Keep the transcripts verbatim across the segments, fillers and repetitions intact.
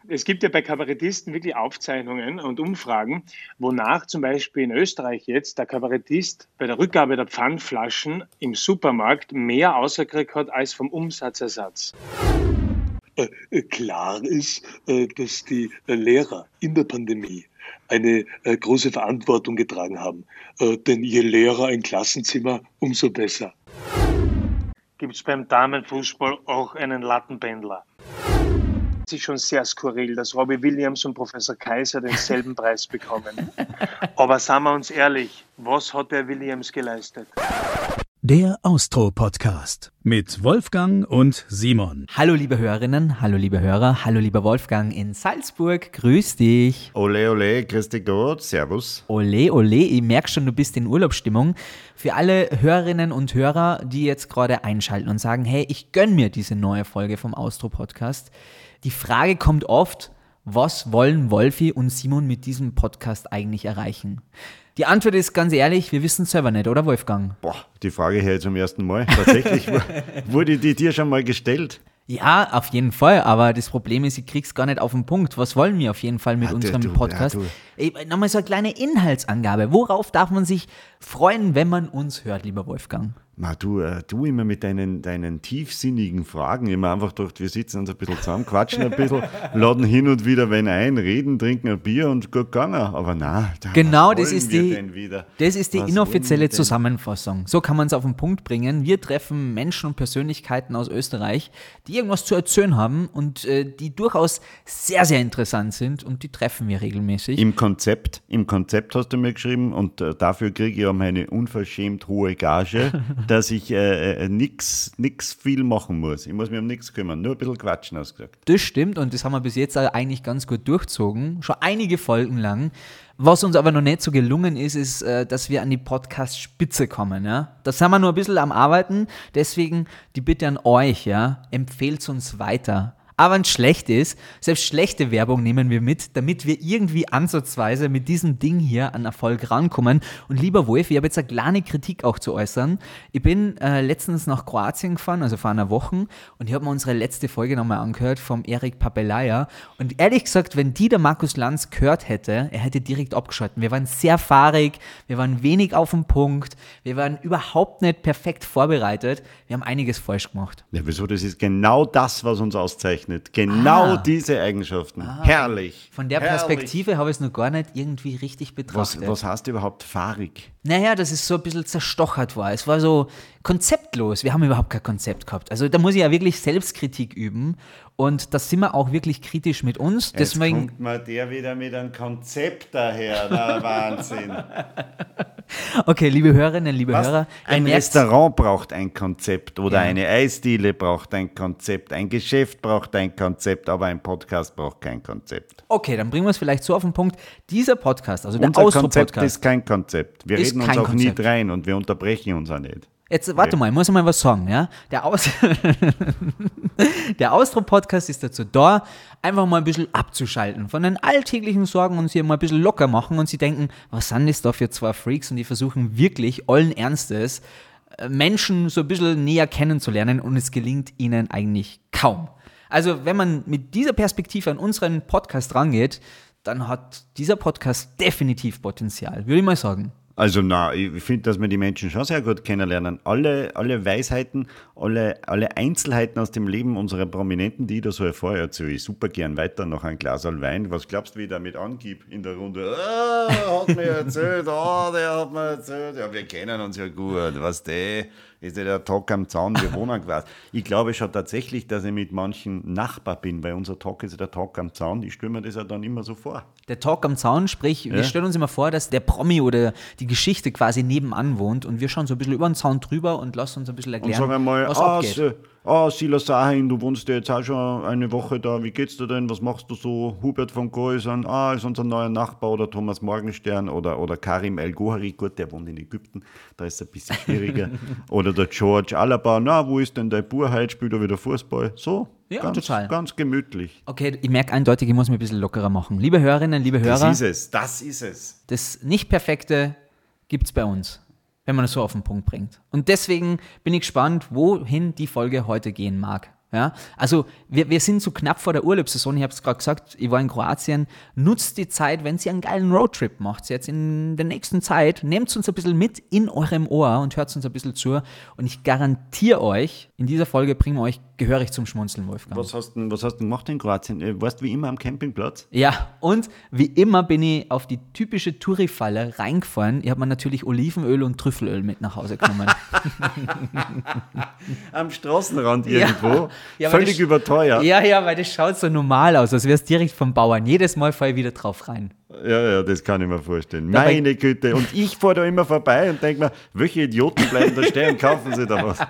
Es gibt ja bei Kabarettisten wirklich Aufzeichnungen und Umfragen, wonach zum Beispiel in Österreich jetzt der Kabarettist bei der Rückgabe der Pfandflaschen im Supermarkt mehr ausgekriegt hat als vom Umsatzersatz. Äh, klar ist, äh, dass die äh, Lehrer in der Pandemie eine äh, große Verantwortung getragen haben. Äh, denn je leerer ein Klassenzimmer, umso besser. Gibt es beim Damenfußball auch einen Lattenpendler? Es ist schon sehr skurril, dass Robbie Williams und Professor Kaiser denselben Preis bekommen. Aber seien wir uns ehrlich, was hat der Williams geleistet? Der Austro-Podcast mit Wolfgang und Simon. Hallo liebe Hörerinnen, hallo liebe Hörer, hallo lieber Wolfgang in Salzburg, grüß dich. Ole, ole, grüß dich Gott, servus. Ole, ole, ich merke schon, du bist in Urlaubsstimmung. Für alle Hörerinnen und Hörer, die jetzt gerade einschalten und sagen, hey, ich gönn mir diese neue Folge vom Austro-Podcast. Die Frage kommt oft, was wollen Wolfi und Simon mit diesem Podcast eigentlich erreichen? Die Antwort ist ganz ehrlich, wir wissen es selber nicht, oder Wolfgang? Boah, die Frage höre ich zum ersten Mal. Tatsächlich wurde die dir schon mal gestellt. Ja, auf jeden Fall, aber das Problem ist, ich krieg's gar nicht auf den Punkt. Was wollen wir auf jeden Fall mit Ah, unserem du, Podcast? ja, du. Ey, nochmal so eine kleine Inhaltsangabe. Worauf darf man sich freuen, wenn man uns hört, lieber Wolfgang? Ma, du, äh, du immer mit deinen, deinen tiefsinnigen Fragen. Immer einfach gedacht, wir sitzen uns ein bisschen zusammen, quatschen ein bisschen, laden hin und wieder wen ein, reden, trinken ein Bier und gut gegangen. Aber nein, da, Genau, was das wollen ist wir die, denn wieder? das ist die Was inoffizielle wollen wir denn? Zusammenfassung. So kann man es auf den Punkt bringen. Wir treffen Menschen und Persönlichkeiten aus Österreich, die irgendwas zu erzählen haben und äh, die durchaus sehr, sehr interessant sind und die treffen wir regelmäßig. Im Konzept, im Konzept hast du mir geschrieben und äh, dafür kriege ich auch meine unverschämt hohe Gage, dass ich äh, äh, nix, nix viel machen muss. Ich muss mich um nichts kümmern, nur ein bisschen quatschen, hast du gesagt. Das stimmt und das haben wir bis jetzt eigentlich ganz gut durchzogen, schon einige Folgen lang. Was uns aber noch nicht so gelungen ist, ist, äh, dass wir an die Podcast-Spitze kommen. Ja? Da sind wir nur ein bisschen am Arbeiten, deswegen die Bitte an euch, ja, empfehlt uns weiter. Aber wenn es schlecht ist, selbst schlechte Werbung nehmen wir mit, damit wir irgendwie ansatzweise mit diesem Ding hier an Erfolg rankommen. Und lieber Wolf, ich habe jetzt eine kleine Kritik auch zu äußern. Ich bin äh, letztens nach Kroatien gefahren, also vor einer Woche, und ich habe mir unsere letzte Folge nochmal angehört vom Erik Papelaya. Und ehrlich gesagt, wenn die der Markus Lanz gehört hätte, er hätte direkt abgeschalten. Wir waren sehr fahrig, wir waren wenig auf den Punkt, wir waren überhaupt nicht perfekt vorbereitet. Wir haben einiges falsch gemacht. Ja, wieso? Das ist genau das, was uns auszeichnet. Genau Ah. diese Eigenschaften. Herrlich. Von der Herrlich. Perspektive habe ich es noch gar nicht irgendwie richtig betrachtet. Was, was heißt überhaupt fahrig? Naja, dass es so ein bisschen zerstochert war. Es war so konzeptlos. Wir haben überhaupt kein Konzept gehabt. Also da muss ich ja wirklich Selbstkritik üben. Und da sind wir auch wirklich kritisch mit uns. Jetzt Deswegen, kommt mal der wieder mit einem Konzept daher. Na, Wahnsinn. okay, liebe Hörerinnen, liebe Was? Hörer, ihr Ein merkt- Restaurant braucht ein Konzept oder Ja. eine Eisdiele braucht ein Konzept, ein Geschäft braucht ein Konzept, aber ein Podcast braucht kein Konzept. Okay, dann bringen wir es vielleicht so auf den Punkt. Dieser Podcast, also der Unser Konzept Austro-Podcast. ist kein Konzept. Wir Ist reden uns kein auch Konzept. nie rein und wir unterbrechen uns auch nicht. Jetzt, warte mal, ich muss mal was sagen, ja? Der, Aus Der Austro-Podcast ist dazu da, einfach mal ein bisschen abzuschalten von den alltäglichen Sorgen und sie mal ein bisschen locker machen und sie denken, was sind das da für zwei Freaks? Und die versuchen wirklich allen Ernstes, äh, Menschen so ein bisschen näher kennenzulernen und es gelingt ihnen eigentlich kaum. Also, wenn man mit dieser Perspektive an unseren Podcast rangeht, dann hat dieser Podcast definitiv Potenzial, würde ich mal sagen. Also na, ich finde, dass wir die Menschen schon sehr gut kennenlernen. Alle, alle Weisheiten, alle, alle Einzelheiten aus dem Leben unserer Prominenten, die ich da so erfahre, erzähle ich super gern weiter noch ein Glas Wein. Was glaubst du, wie ich damit angib in der Runde? Ah, hat mir erzählt, ah, der hat mir erzählt. Ja, wir kennen uns ja gut, was der ist ja der Talk am Zaun, wir wohnen quasi. Ich glaube schon tatsächlich, dass ich mit manchen Nachbar bin, weil unser Talk ist ja der Talk am Zaun. Ich stelle mir das ja dann immer so vor. Der Talk am Zaun, sprich, wir Ja. stellen uns immer vor, dass der Promi oder die Geschichte quasi nebenan wohnt und wir schauen so ein bisschen über den Zaun drüber und lassen uns ein bisschen Und erklären, sagen einmal, was ah, abgeht. Se- ah, Silas Sahin, du wohnst ja jetzt auch schon eine Woche da, wie geht's dir denn, was machst du so? Hubert von Goisan, ah, ist unser neuer Nachbar oder Thomas Morgenstern oder, oder Karim El-Gohari, gut, der wohnt in Ägypten, da ist es ein bisschen schwieriger. Oder der George Alaba, na, wo ist denn dein Bub heute, spielt er wieder Fußball? So, Ja, ganz, total. ganz gemütlich. Okay, ich merke eindeutig, ich muss mich ein bisschen lockerer machen. Liebe Hörerinnen, liebe Hörer, Das ist es, das ist es. das Nicht-Perfekte gibt's bei uns, wenn man es so auf den Punkt bringt. Und deswegen bin ich gespannt, wohin die Folge heute gehen mag. Ja, also wir, wir sind so knapp vor der Urlaubssaison, ich habe es gerade gesagt, ich war in Kroatien. Nutzt die Zeit, wenn ihr einen geilen Roadtrip macht, jetzt in der nächsten Zeit, nehmt uns ein bisschen mit in eurem Ohr und hört uns ein bisschen zu. Und ich garantiere euch, in dieser Folge bringen wir euch gehörig zum Schmunzeln, Wolfgang. Was hast du was hast du gemacht in Kroatien? Warst du wie immer am Campingplatz? Ja, und wie immer bin ich auf die typische Touri-Falle reingefahren. Ich habe mir natürlich Olivenöl und Trüffelöl mit nach Hause genommen. Am Straßenrand irgendwo? Ja. Ja, völlig das, überteuert. Ja, ja, weil das schaut so normal aus, als wäre es direkt vom Bauern. Jedes Mal fahre ich wieder drauf rein. Ja, ja, das kann ich mir vorstellen. Dabei, Meine Güte. Und ich fahre da immer vorbei und denke mir, welche Idioten bleiben da stehen und kaufen sich da was.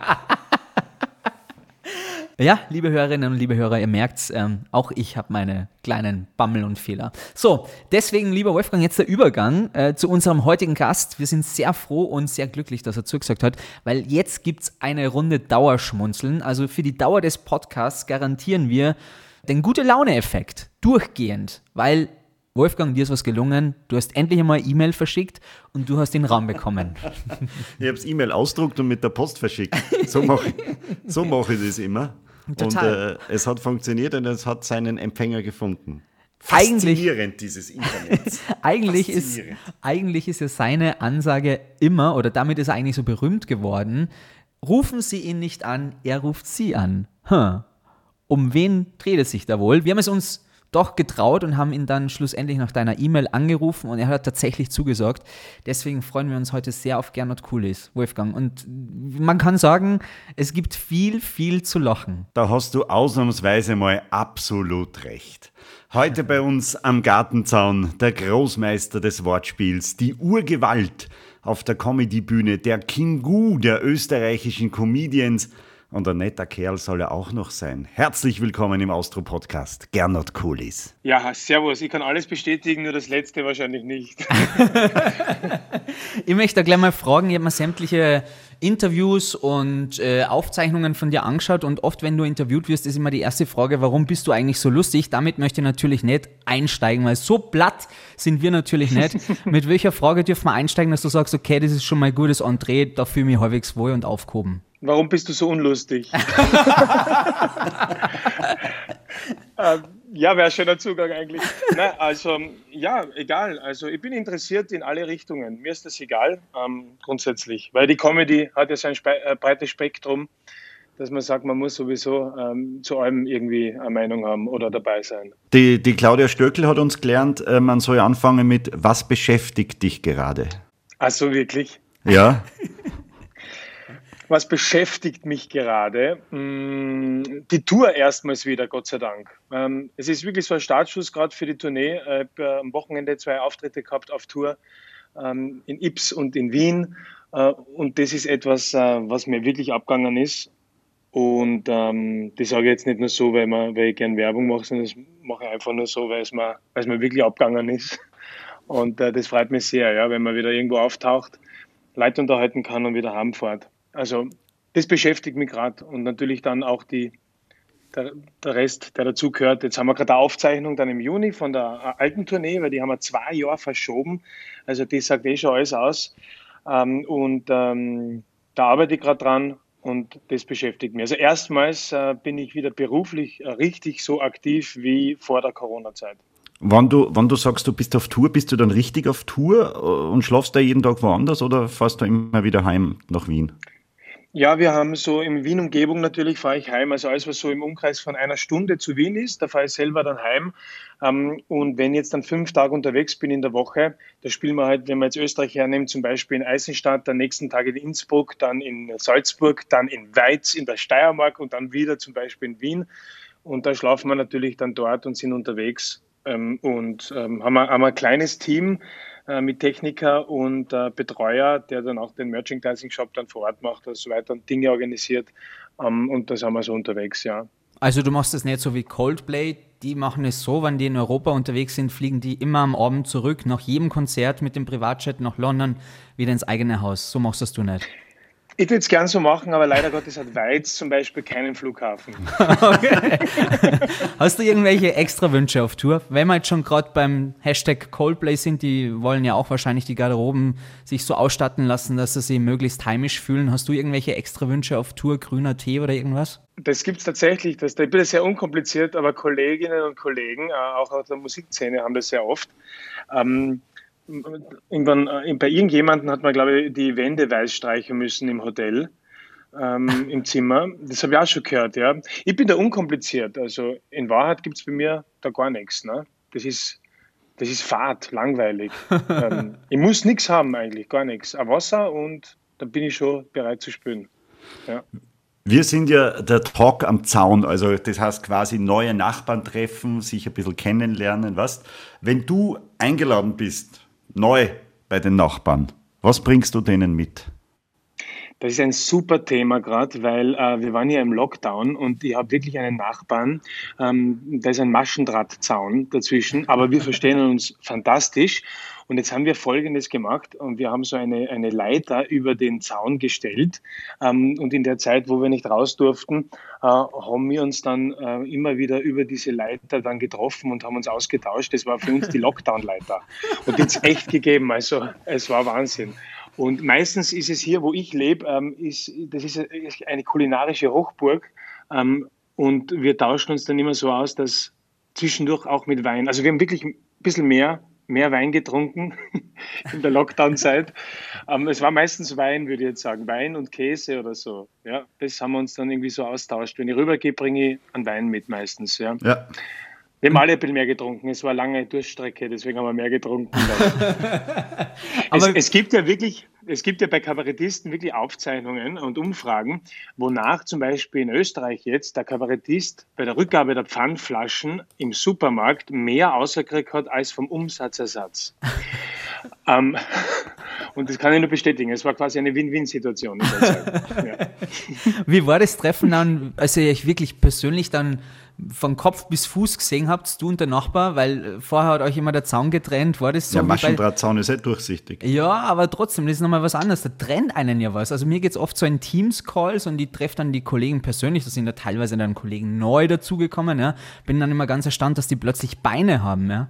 Ja, liebe Hörerinnen und liebe Hörer, ihr merkt's, ähm, auch ich habe meine kleinen Bammel und Fehler. So, deswegen, lieber Wolfgang, jetzt der Übergang äh, zu unserem heutigen Gast. Wir sind sehr froh und sehr glücklich, dass er zugesagt hat, weil jetzt gibt's eine Runde Dauerschmunzeln. Also für die Dauer des Podcasts garantieren wir den Gute-Laune-Effekt durchgehend, weil Wolfgang, dir ist was gelungen. Du hast endlich einmal E-Mail verschickt und du hast den Raum bekommen. Ich habe das E-Mail ausgedruckt und mit der Post verschickt. So mache ich, so mach ich das immer. Total. Und äh, es hat funktioniert und es hat seinen Empfänger gefunden. Eigentlich, Faszinierend, dieses Internet. eigentlich, ist, eigentlich ist ja seine Ansage immer, oder damit ist er eigentlich so berühmt geworden, rufen Sie ihn nicht an, er ruft Sie an. Hm. Um wen dreht es sich da wohl? Wir haben es uns doch getraut und haben ihn dann schlussendlich nach deiner E-Mail angerufen und er hat tatsächlich zugesagt. Deswegen freuen wir uns heute sehr auf Gernot Kulis, Wolfgang. Und man kann sagen, es gibt viel, viel zu lachen. Da hast du ausnahmsweise mal absolut recht. Heute bei uns am Gartenzaun der Großmeister des Wortspiels, die Urgewalt auf der Comedybühne, der Kingu der österreichischen Comedians. Und ein netter Kerl soll er auch noch sein. Herzlich willkommen im Austro-Podcast, Gernot Kulis. Ja, servus. Ich kann alles bestätigen, nur das Letzte wahrscheinlich nicht. Ich möchte da gleich mal fragen, ich habe mir sämtliche Interviews und äh, Aufzeichnungen von dir angeschaut und oft, wenn du interviewt wirst, ist immer die erste Frage, warum bist du eigentlich so lustig? Damit möchte ich natürlich nicht einsteigen, weil so platt sind wir natürlich nicht. Mit welcher Frage dürfen wir einsteigen, dass du sagst, okay, das ist schon mal ein gutes Entree, da fühle ich mich halbwegs wohl und aufgehoben? Warum bist du so unlustig? ähm, ja, wäre ein schöner Zugang eigentlich. Nein, also, ja, egal. Also, ich bin interessiert in alle Richtungen. Mir ist das egal, ähm, grundsätzlich. Weil die Comedy hat ja so ein spe- äh, breites Spektrum, dass man sagt, man muss sowieso ähm, zu allem irgendwie eine Meinung haben oder dabei sein. Die, die Claudia Stöckl hat uns gelernt, äh, man soll anfangen mit, was beschäftigt dich gerade? Ach so, wirklich? Ja. Was beschäftigt mich gerade? Die Tour erstmals wieder, Gott sei Dank. Es ist wirklich so ein Startschuss gerade für die Tournee. Ich habe am Wochenende zwei Auftritte gehabt auf Tour in Yps und in Wien. Und das ist etwas, was mir wirklich abgegangen ist. Und das sage ich jetzt nicht nur so, weil, man, weil ich gerne Werbung mache, sondern das mache ich einfach nur so, weil es mir, weil es mir wirklich abgegangen ist. Und das freut mich sehr, ja, wenn man wieder irgendwo auftaucht, Leute unterhalten kann und wieder heimfährt. Also das beschäftigt mich gerade und natürlich dann auch die, der, der Rest, der dazugehört. Jetzt haben wir gerade eine Aufzeichnung dann im Juni von der alten Tournee, weil die haben wir zwei Jahre verschoben. Also das sagt eh schon alles aus. Ähm, und ähm, da arbeite ich gerade dran und das beschäftigt mich. Also erstmals äh, bin ich wieder beruflich äh, richtig so aktiv wie vor der Corona-Zeit. Wenn du, wenn du sagst, du bist auf Tour, bist du dann richtig auf Tour und schlafst da jeden Tag woanders oder fährst du immer wieder heim nach Wien? Ja, wir haben so in Wien-Umgebung natürlich, fahre ich heim, also alles, was so im Umkreis von einer Stunde zu Wien ist, da fahre ich selber dann heim. Und wenn ich jetzt dann fünf Tage unterwegs bin in der Woche, da spielen wir halt, wenn wir jetzt Österreich hernehmen, zum Beispiel in Eisenstadt, dann nächsten Tag in Innsbruck, dann in Salzburg, dann in Weiz in der Steiermark und dann wieder zum Beispiel in Wien. Und da schlafen wir natürlich dann dort und sind unterwegs und haben wir ein kleines Team mit Techniker und äh, Betreuer, der dann auch den Merchandising-Shop dann vor Ort macht und so weiter und Dinge organisiert. Ähm, und da sind wir so unterwegs, ja. Also du machst das nicht so wie Coldplay, die machen es so, wenn die in Europa unterwegs sind, fliegen die immer am Abend zurück, nach jedem Konzert mit dem Privatjet nach London, wieder ins eigene Haus. So machst das du nicht. Ich würde es gern so machen, aber leider Gottes hat Weiz zum Beispiel keinen Flughafen. Okay. Hast du irgendwelche extra Wünsche auf Tour? Wenn wir jetzt schon gerade beim Hashtag Coldplay sind, die wollen ja auch wahrscheinlich die Garderoben sich so ausstatten lassen, dass sie sich möglichst heimisch fühlen. Hast du irgendwelche extra Wünsche auf Tour, grüner Tee oder irgendwas? Das gibt es tatsächlich. Das, ich bin das sehr unkompliziert, aber Kolleginnen und Kollegen, auch aus der Musikszene, haben das sehr oft. Ähm, Irgendwann, äh, bei irgendjemandem hat man, glaube ich, die Wände weiß streichen müssen im Hotel, ähm, im Zimmer. Das habe ich auch schon gehört, ja. Ich bin da unkompliziert. Also in Wahrheit gibt es bei mir da gar nichts. Ne? Das ist, das ist fad, langweilig. ähm, ich muss nichts haben eigentlich, gar nichts. Ein Wasser und dann bin ich schon bereit zu spielen. Ja. Wir sind ja der Talk am Zaun, also das heißt quasi neue Nachbarn treffen, sich ein bisschen kennenlernen, was? Wenn du eingeladen bist, neu bei den Nachbarn, was bringst du denen mit? Das ist ein super Thema gerade, weil äh, wir waren ja im Lockdown und ich habe wirklich einen Nachbarn, ähm, da ist ein Maschendrahtzaun dazwischen, aber wir verstehen uns fantastisch. Und jetzt haben wir Folgendes gemacht und wir haben so eine, eine Leiter über den Zaun gestellt ähm, und in der Zeit, wo wir nicht raus durften, äh, haben wir uns dann äh, immer wieder über diese Leiter dann getroffen und haben uns ausgetauscht. Das war für uns die Lockdown-Leiter und die hat es echt gegeben, also es war Wahnsinn. Und meistens ist es hier, wo ich lebe, ähm, ist, das ist eine kulinarische Hochburg ähm, und wir tauschen uns dann immer so aus, dass zwischendurch auch mit Wein, also wir haben wirklich ein bisschen mehr mehr Wein getrunken in der Lockdown-Zeit. Ähm, es war meistens Wein, würde ich jetzt sagen. Wein und Käse oder so. Ja, das haben wir uns dann irgendwie so austauscht. Wenn ich rübergehe, bringe ich einen Wein mit meistens. Ja. Ja. Wir haben alle ein bisschen mehr getrunken. Es war eine lange Durststrecke, deswegen haben wir mehr getrunken. es, es gibt ja wirklich, es gibt ja bei Kabarettisten wirklich Aufzeichnungen und Umfragen, wonach zum Beispiel in Österreich jetzt der Kabarettist bei der Rückgabe der Pfandflaschen im Supermarkt mehr ausgekriegt hat als vom Umsatzersatz. ähm, und das kann ich nur bestätigen. Es war quasi eine Win-Win-Situation in der Zeit. Ja. Wie war das Treffen dann, als ihr euch wirklich persönlich dann von Kopf bis Fuß gesehen habt, du und der Nachbar, weil vorher hat euch immer der Zaun getrennt, war das so? Ja, wie bei- Maschendrahtzaun ist halt durchsichtig. Ja, aber trotzdem, das ist nochmal was anderes. Da trennt einen ja was. Also mir geht es oft so in Teams-Calls und ich treffe dann die Kollegen persönlich. Da sind ja teilweise dann Kollegen neu dazugekommen. Ja. Bin dann immer ganz erstaunt, dass die plötzlich Beine haben. Ja,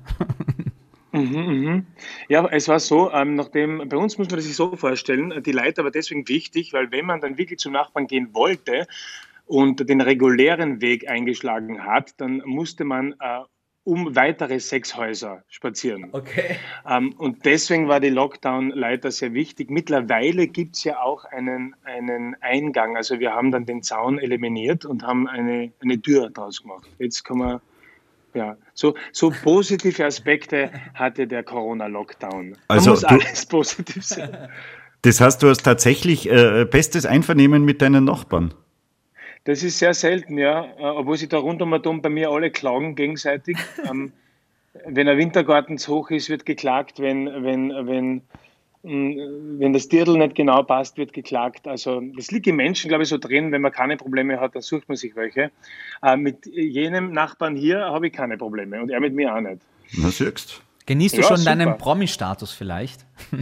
Mhm, mhm. Ja, es war so, ähm, nachdem, bei uns muss man das sich so vorstellen, die Leiter war deswegen wichtig, weil wenn man dann wirklich zum Nachbarn gehen wollte und den regulären Weg eingeschlagen hat, dann musste man äh, um weitere sechs Häuser spazieren. okay. Ähm, und deswegen war die Lockdown-Leiter sehr wichtig. Mittlerweile gibt es ja auch einen, einen Eingang. Also wir haben dann den Zaun eliminiert und haben eine, eine Tür draus gemacht. Jetzt kann man, ja, so, so positive Aspekte hatte der Corona-Lockdown. Man Also muss du- alles positiv sehen. Das heißt, du hast tatsächlich äh, bestes Einvernehmen mit deinen Nachbarn. Das ist sehr selten, ja. Äh, Obwohl sich da rund um und um bei mir alle klagen gegenseitig. Ähm, wenn ein Wintergarten zu hoch ist, wird geklagt. Wenn, wenn, wenn, mh, wenn das Dirndl nicht genau passt, wird geklagt. Also das liegt im Menschen, glaube ich, so drin. Wenn man keine Probleme hat, dann sucht man sich welche. Äh, mit jenem Nachbarn hier habe ich keine Probleme und er mit mir auch nicht. Na, siehst. Genießt du Ja, schon super. deinen Promi-Status vielleicht?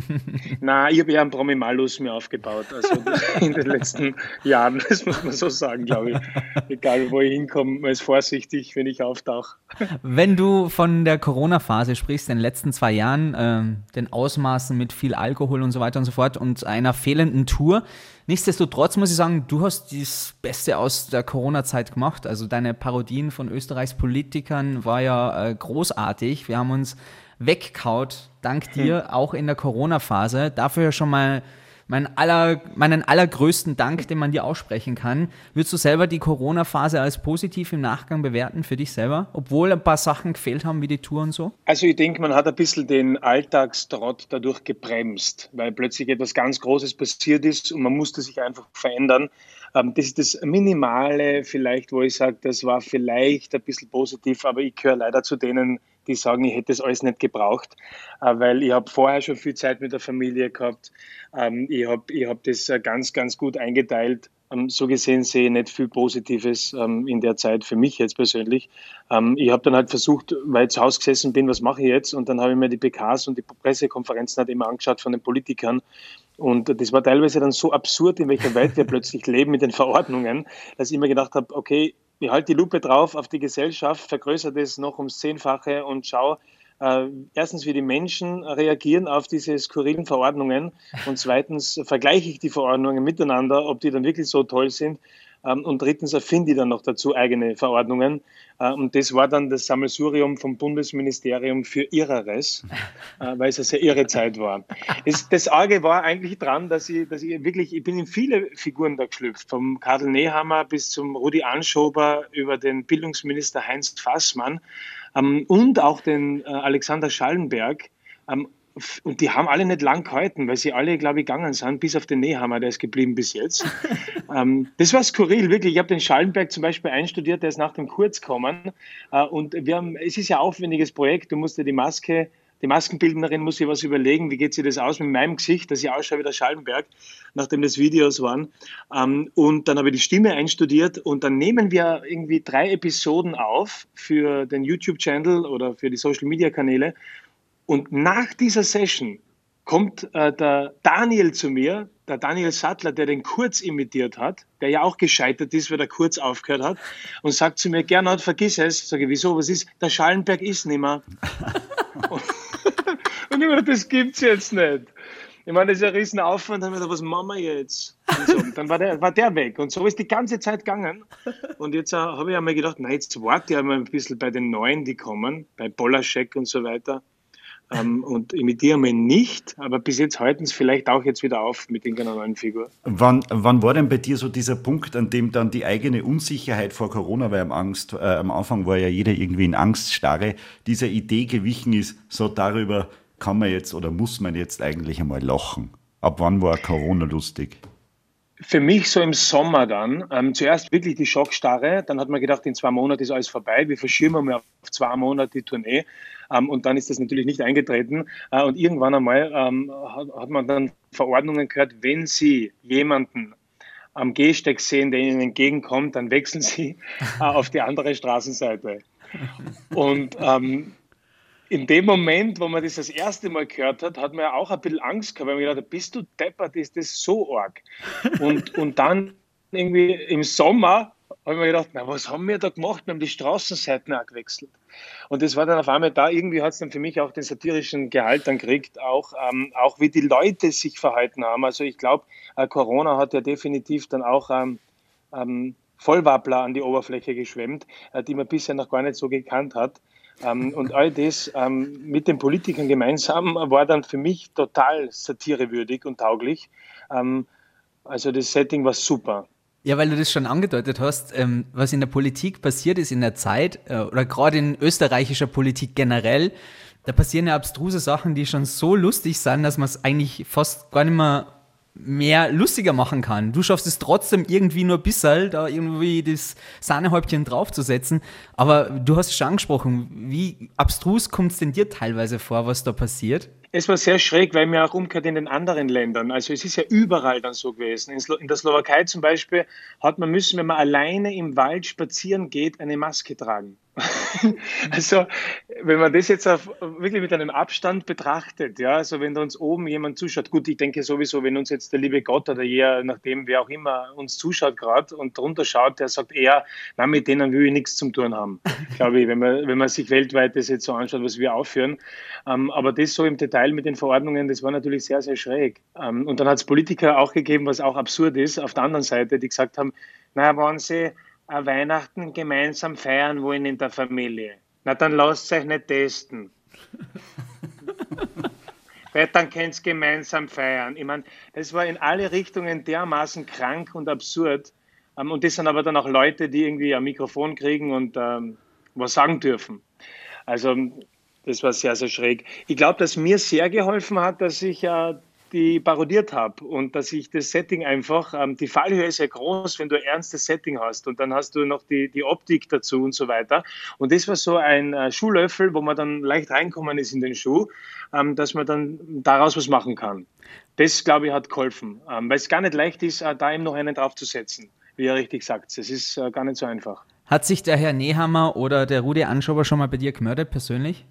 Na, ich habe ja einen Promi-Malus mir aufgebaut, also in den letzten Jahren, das muss man so sagen, glaube ich. Egal, wo ich hinkomme, man ist vorsichtig, wenn ich auftauche. Wenn du von der Corona-Phase sprichst, den letzten zwei Jahren, ähm, den Ausmaßen mit viel Alkohol und so weiter und so fort und einer fehlenden Tour, nichtsdestotrotz muss ich sagen, du hast das Beste aus der Corona-Zeit gemacht. Also deine Parodien von Österreichs Politikern war ja äh, großartig. Wir haben uns weggekaut, dank dir, auch in der Corona-Phase. Dafür schon mal mein aller, meinen allergrößten Dank, den man dir aussprechen kann. Würdest du selber die Corona-Phase als positiv im Nachgang bewerten für dich selber, obwohl ein paar Sachen gefehlt haben, wie die Tour und so? Also ich denke, man hat ein bisschen den Alltagstrott dadurch gebremst, weil plötzlich etwas ganz Großes passiert ist und man musste sich einfach verändern. Ähm, Das ist das Minimale vielleicht, wo ich sage, das war vielleicht ein bisschen positiv, aber ich gehöre leider zu denen, die sagen, ich hätte das alles nicht gebraucht, äh, weil ich habe vorher schon viel Zeit mit der Familie gehabt. Ähm, Ich habe ich hab das äh, ganz, ganz gut eingeteilt. Ähm, so gesehen sehe ich nicht viel Positives ähm, in der Zeit für mich jetzt persönlich. Ähm, ich habe dann halt versucht, weil ich zu Hause gesessen bin, was mache ich jetzt? Und dann habe ich mir die P Ks und die Pressekonferenzen halt immer angeschaut von den Politikern. Und das war teilweise dann so absurd, in welcher Welt wir plötzlich leben mit den Verordnungen, dass ich mir gedacht habe, okay, ich halte die Lupe drauf auf die Gesellschaft, vergrößere das noch ums Zehnfache und schaue, äh, erstens, wie die Menschen reagieren auf diese skurrilen Verordnungen und zweitens vergleiche ich die Verordnungen miteinander, ob die dann wirklich so toll sind. Ähm, und drittens erfinde ich dann noch dazu eigene Verordnungen. Äh, und das war dann das Sammelsurium vom Bundesministerium für Irreres, äh, weil es eine sehr irre Zeit war. Das, das Arge war eigentlich dran, dass ich, dass ich wirklich, ich bin in viele Figuren da geschlüpft, vom Karl Nehammer bis zum Rudi Anschober über den Bildungsminister Heinz Fassmann ähm, und auch den äh, Alexander Schallenberg. Ähm, Und die haben alle nicht lang gehalten, weil sie alle, glaube ich, gegangen sind, bis auf den Nehammer, der ist geblieben bis jetzt. ähm, das war skurril, wirklich. Ich habe den Schallenberg zum Beispiel einstudiert, der ist nach dem Kurz gekommen. Äh, und wir haben, es ist ja ein aufwendiges Projekt, du musst ja die Maske, die Maskenbildnerin muss sich was überlegen, wie geht sie das aus mit meinem Gesicht, dass ich ausschaue wie der Schallenberg, nachdem das Videos waren. Ähm, und dann habe ich die Stimme einstudiert und dann nehmen wir irgendwie drei Episoden auf für den YouTube-Channel oder für die Social-Media-Kanäle. Und nach dieser Session kommt äh, der Daniel zu mir, der Daniel Sattler, der den Kurz imitiert hat, der ja auch gescheitert ist, weil der Kurz aufgehört hat, und sagt zu mir, Gernot, vergiss es. Sage ich, wieso, was ist? Der Schallenberg ist nimmer. und, und ich meine, das gibt's jetzt nicht. Ich meine, das ist ein riesen Aufwand. Dann haben wir gedacht, was machen wir jetzt? Und so. Und dann war der, war der weg. Und so ist die ganze Zeit gegangen. Und jetzt äh, habe ich einmal gedacht, na, jetzt warte ich einmal ein bisschen bei den Neuen, die kommen, bei Polaschek und so weiter. Um, und imitieren wir nicht, aber bis jetzt halten es vielleicht auch jetzt wieder auf mit irgendeiner neuen Figur. Wann, wann war denn bei dir so dieser Punkt, an dem dann die eigene Unsicherheit vor Corona, weil am, Angst, äh, am Anfang war ja jeder irgendwie in Angststarre, dieser Idee gewichen ist, so darüber kann man jetzt oder muss man jetzt eigentlich einmal lachen? Ab wann war Corona lustig? Für mich so im Sommer dann, ähm, zuerst wirklich die Schockstarre, dann hat man gedacht, in zwei Monaten ist alles vorbei, wir verschieben mal auf zwei Monate die Tournee, ähm, und dann ist das natürlich nicht eingetreten, äh, und irgendwann einmal ähm, hat, hat man dann Verordnungen gehört, wenn Sie jemanden am Gehsteig sehen, der Ihnen entgegenkommt, dann wechseln Sie äh, auf die andere Straßenseite. Und ähm, in dem Moment, wo man das das erste Mal gehört hat, hat man ja auch ein bisschen Angst gehabt, weil man gedacht hat, bist du deppert, ist das so arg? Und, und dann irgendwie im Sommer habe ich mir gedacht, na, was haben wir da gemacht? Wir haben die Straßenseiten auch gewechselt. Und das war dann auf einmal da, irgendwie hat es dann für mich auch den satirischen Gehalt dann gekriegt, auch, ähm, auch wie die Leute sich verhalten haben. Also ich glaube, äh, Corona hat ja definitiv dann auch ähm, ähm, Vollwappler an die Oberfläche geschwemmt, äh, die man bisher noch gar nicht so gekannt hat. Um, und all das um, mit den Politikern gemeinsam war dann für mich total satirewürdig und tauglich. Um, also das Setting war super. Ja, weil du das schon angedeutet hast, ähm, was in der Politik passiert ist in der Zeit, äh, oder gerade in österreichischer Politik generell, da passieren ja abstruse Sachen, die schon so lustig sind, dass man es eigentlich fast gar nicht mehr mehr lustiger machen kann. Du schaffst es trotzdem irgendwie nur ein bisschen, da irgendwie das Sahnehäubchen draufzusetzen, aber du hast es schon angesprochen, wie abstrus kommt es denn dir teilweise vor, was da passiert? Es war sehr schräg, weil mir auch umgekehrt in den anderen Ländern, also es ist ja überall dann so gewesen. In, Slo- in der Slowakei zum Beispiel hat man müssen, wenn man alleine im Wald spazieren geht, eine Maske tragen. Also, wenn man das jetzt auf, wirklich mit einem Abstand betrachtet, ja, also wenn da uns oben jemand zuschaut, gut, ich denke sowieso, wenn uns jetzt der liebe Gott oder je nachdem, wer auch immer uns zuschaut gerade und drunter schaut, der sagt eher, na, mit denen will ich nichts zum tun haben, glaube ich, wenn man, wenn man sich weltweit das jetzt so anschaut, was wir aufführen. Ähm, aber das so im Detail mit den Verordnungen, das war natürlich sehr, sehr schräg. Ähm, und dann hat es Politiker auch gegeben, was auch absurd ist, auf der anderen Seite, die gesagt haben, naja, wenn sie Weihnachten gemeinsam feiern wollen in der Familie, na dann lasst euch nicht testen. Weil dann könnt ihr gemeinsam feiern. Ich meine, das war in alle Richtungen dermaßen krank und absurd. Und das sind aber dann auch Leute, die irgendwie ein Mikrofon kriegen und ähm, was sagen dürfen. Also das war sehr, sehr schräg. Ich glaube, dass mir sehr geholfen hat, dass ich äh, die parodiert habe und dass ich das Setting einfach, ähm, die Fallhöhe ist ja groß, wenn du ein ernstes Setting hast und dann hast du noch die, die Optik dazu und so weiter. Und das war so ein äh, Schuhlöffel, wo man dann leicht reinkommen ist in den Schuh, ähm, dass man dann daraus was machen kann. Das, glaube ich, hat geholfen, ähm, weil es gar nicht leicht ist, äh, da eben noch einen draufzusetzen, wie er richtig sagt. Es ist äh, gar nicht so einfach. Hat sich der Herr Nehammer oder der Rudi Anschober schon mal bei dir gemeldet, persönlich?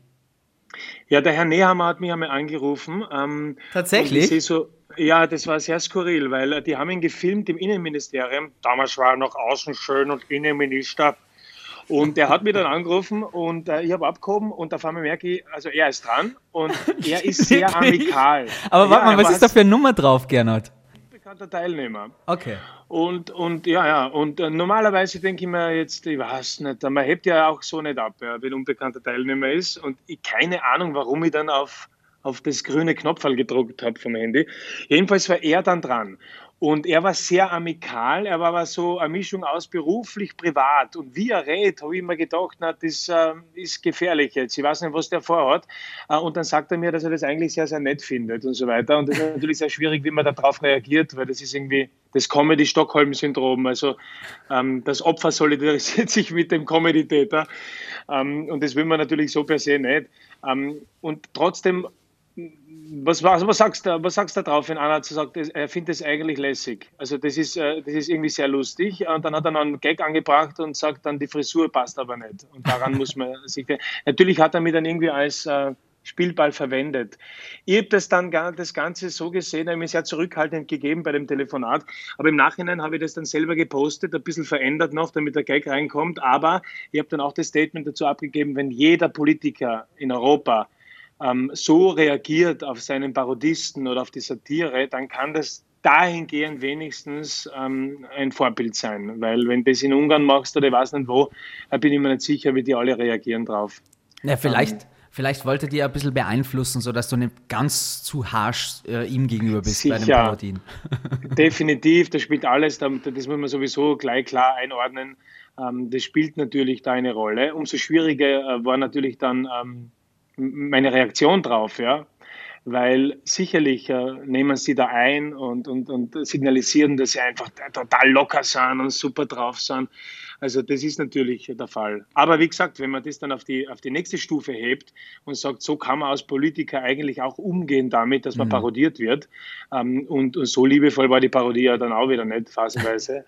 Ja, der Herr Nehammer hat mich einmal angerufen. Ähm, Tatsächlich? und ich sehe so, ja, das war sehr skurril, weil äh, die haben ihn gefilmt im Innenministerium. Damals war er noch außen schön und Innenminister. Und er hat mich dann angerufen und äh, ich habe abgehoben und auf einmal merke ich, also er ist dran und er ist sehr amikal. Aber warte ja, mal, was ist da für eine Nummer drauf, Gernot? Bekannter Teilnehmer. Okay. Und, und ja, ja, und äh, normalerweise denke ich mir jetzt, ich weiß nicht, man hebt ja auch so nicht ab, ja, wenn unbekannter Teilnehmer ist. Und ich keine Ahnung, warum ich dann auf, auf das grüne Knopfball gedruckt habe vom Handy. Jedenfalls war er dann dran. Und er war sehr amikal, er war aber so eine Mischung aus beruflich, privat. Und wie er redet, habe ich mir gedacht, na, das äh, ist gefährlich jetzt. Ich weiß nicht, was der vorhat. Äh, und dann sagt er mir, dass er das eigentlich sehr, sehr nett findet und so weiter. Und das ist natürlich sehr schwierig, wie man darauf reagiert, weil das ist irgendwie das Comedy-Stockholm-Syndrom. Also ähm, das Opfer solidarisiert sich mit dem Comedy-Täter. Ähm, und das will man natürlich so per se nicht. Ähm, und trotzdem... Was, was, was, sagst du, was sagst du drauf, wenn einer sagt, er findet es eigentlich lässig? Also das ist, das ist irgendwie sehr lustig. Und dann hat er noch einen Gag angebracht und sagt dann, die Frisur passt aber nicht. Und daran muss man sich... Natürlich hat er mich dann irgendwie als äh, Spielball verwendet. Ich habe das dann das Ganze so gesehen, habe mich sehr zurückhaltend gegeben bei dem Telefonat. Aber im Nachhinein habe ich das dann selber gepostet, ein bisschen verändert noch, damit der Gag reinkommt. Aber ich habe dann auch das Statement dazu abgegeben, wenn jeder Politiker in Europa Ähm, so reagiert auf seinen Parodisten oder auf die Satire, dann kann das dahingehend wenigstens ähm, ein Vorbild sein. Weil wenn du das in Ungarn machst oder ich weiß nicht wo, da bin ich mir nicht sicher, wie die alle reagieren drauf. Ja, vielleicht, ähm, vielleicht wollte die ein bisschen beeinflussen, sodass du nicht ganz zu harsch äh, ihm gegenüber bist sicher, bei den Parodien. Definitiv, das spielt alles, das muss man sowieso gleich klar einordnen. Ähm, das spielt natürlich da eine Rolle. Umso schwieriger äh, war natürlich dann ähm, meine Reaktion drauf, ja, weil sicherlich äh, nehmen sie da ein und, und, und signalisieren, dass sie einfach total locker sind und super drauf sind. Also das ist natürlich der Fall. Aber wie gesagt, wenn man das dann auf die, auf die nächste Stufe hebt und sagt, so kann man als Politiker eigentlich auch umgehen damit, dass man mhm. parodiert wird. Ähm, und, und so liebevoll war die Parodie ja dann auch wieder nicht, phasenweise.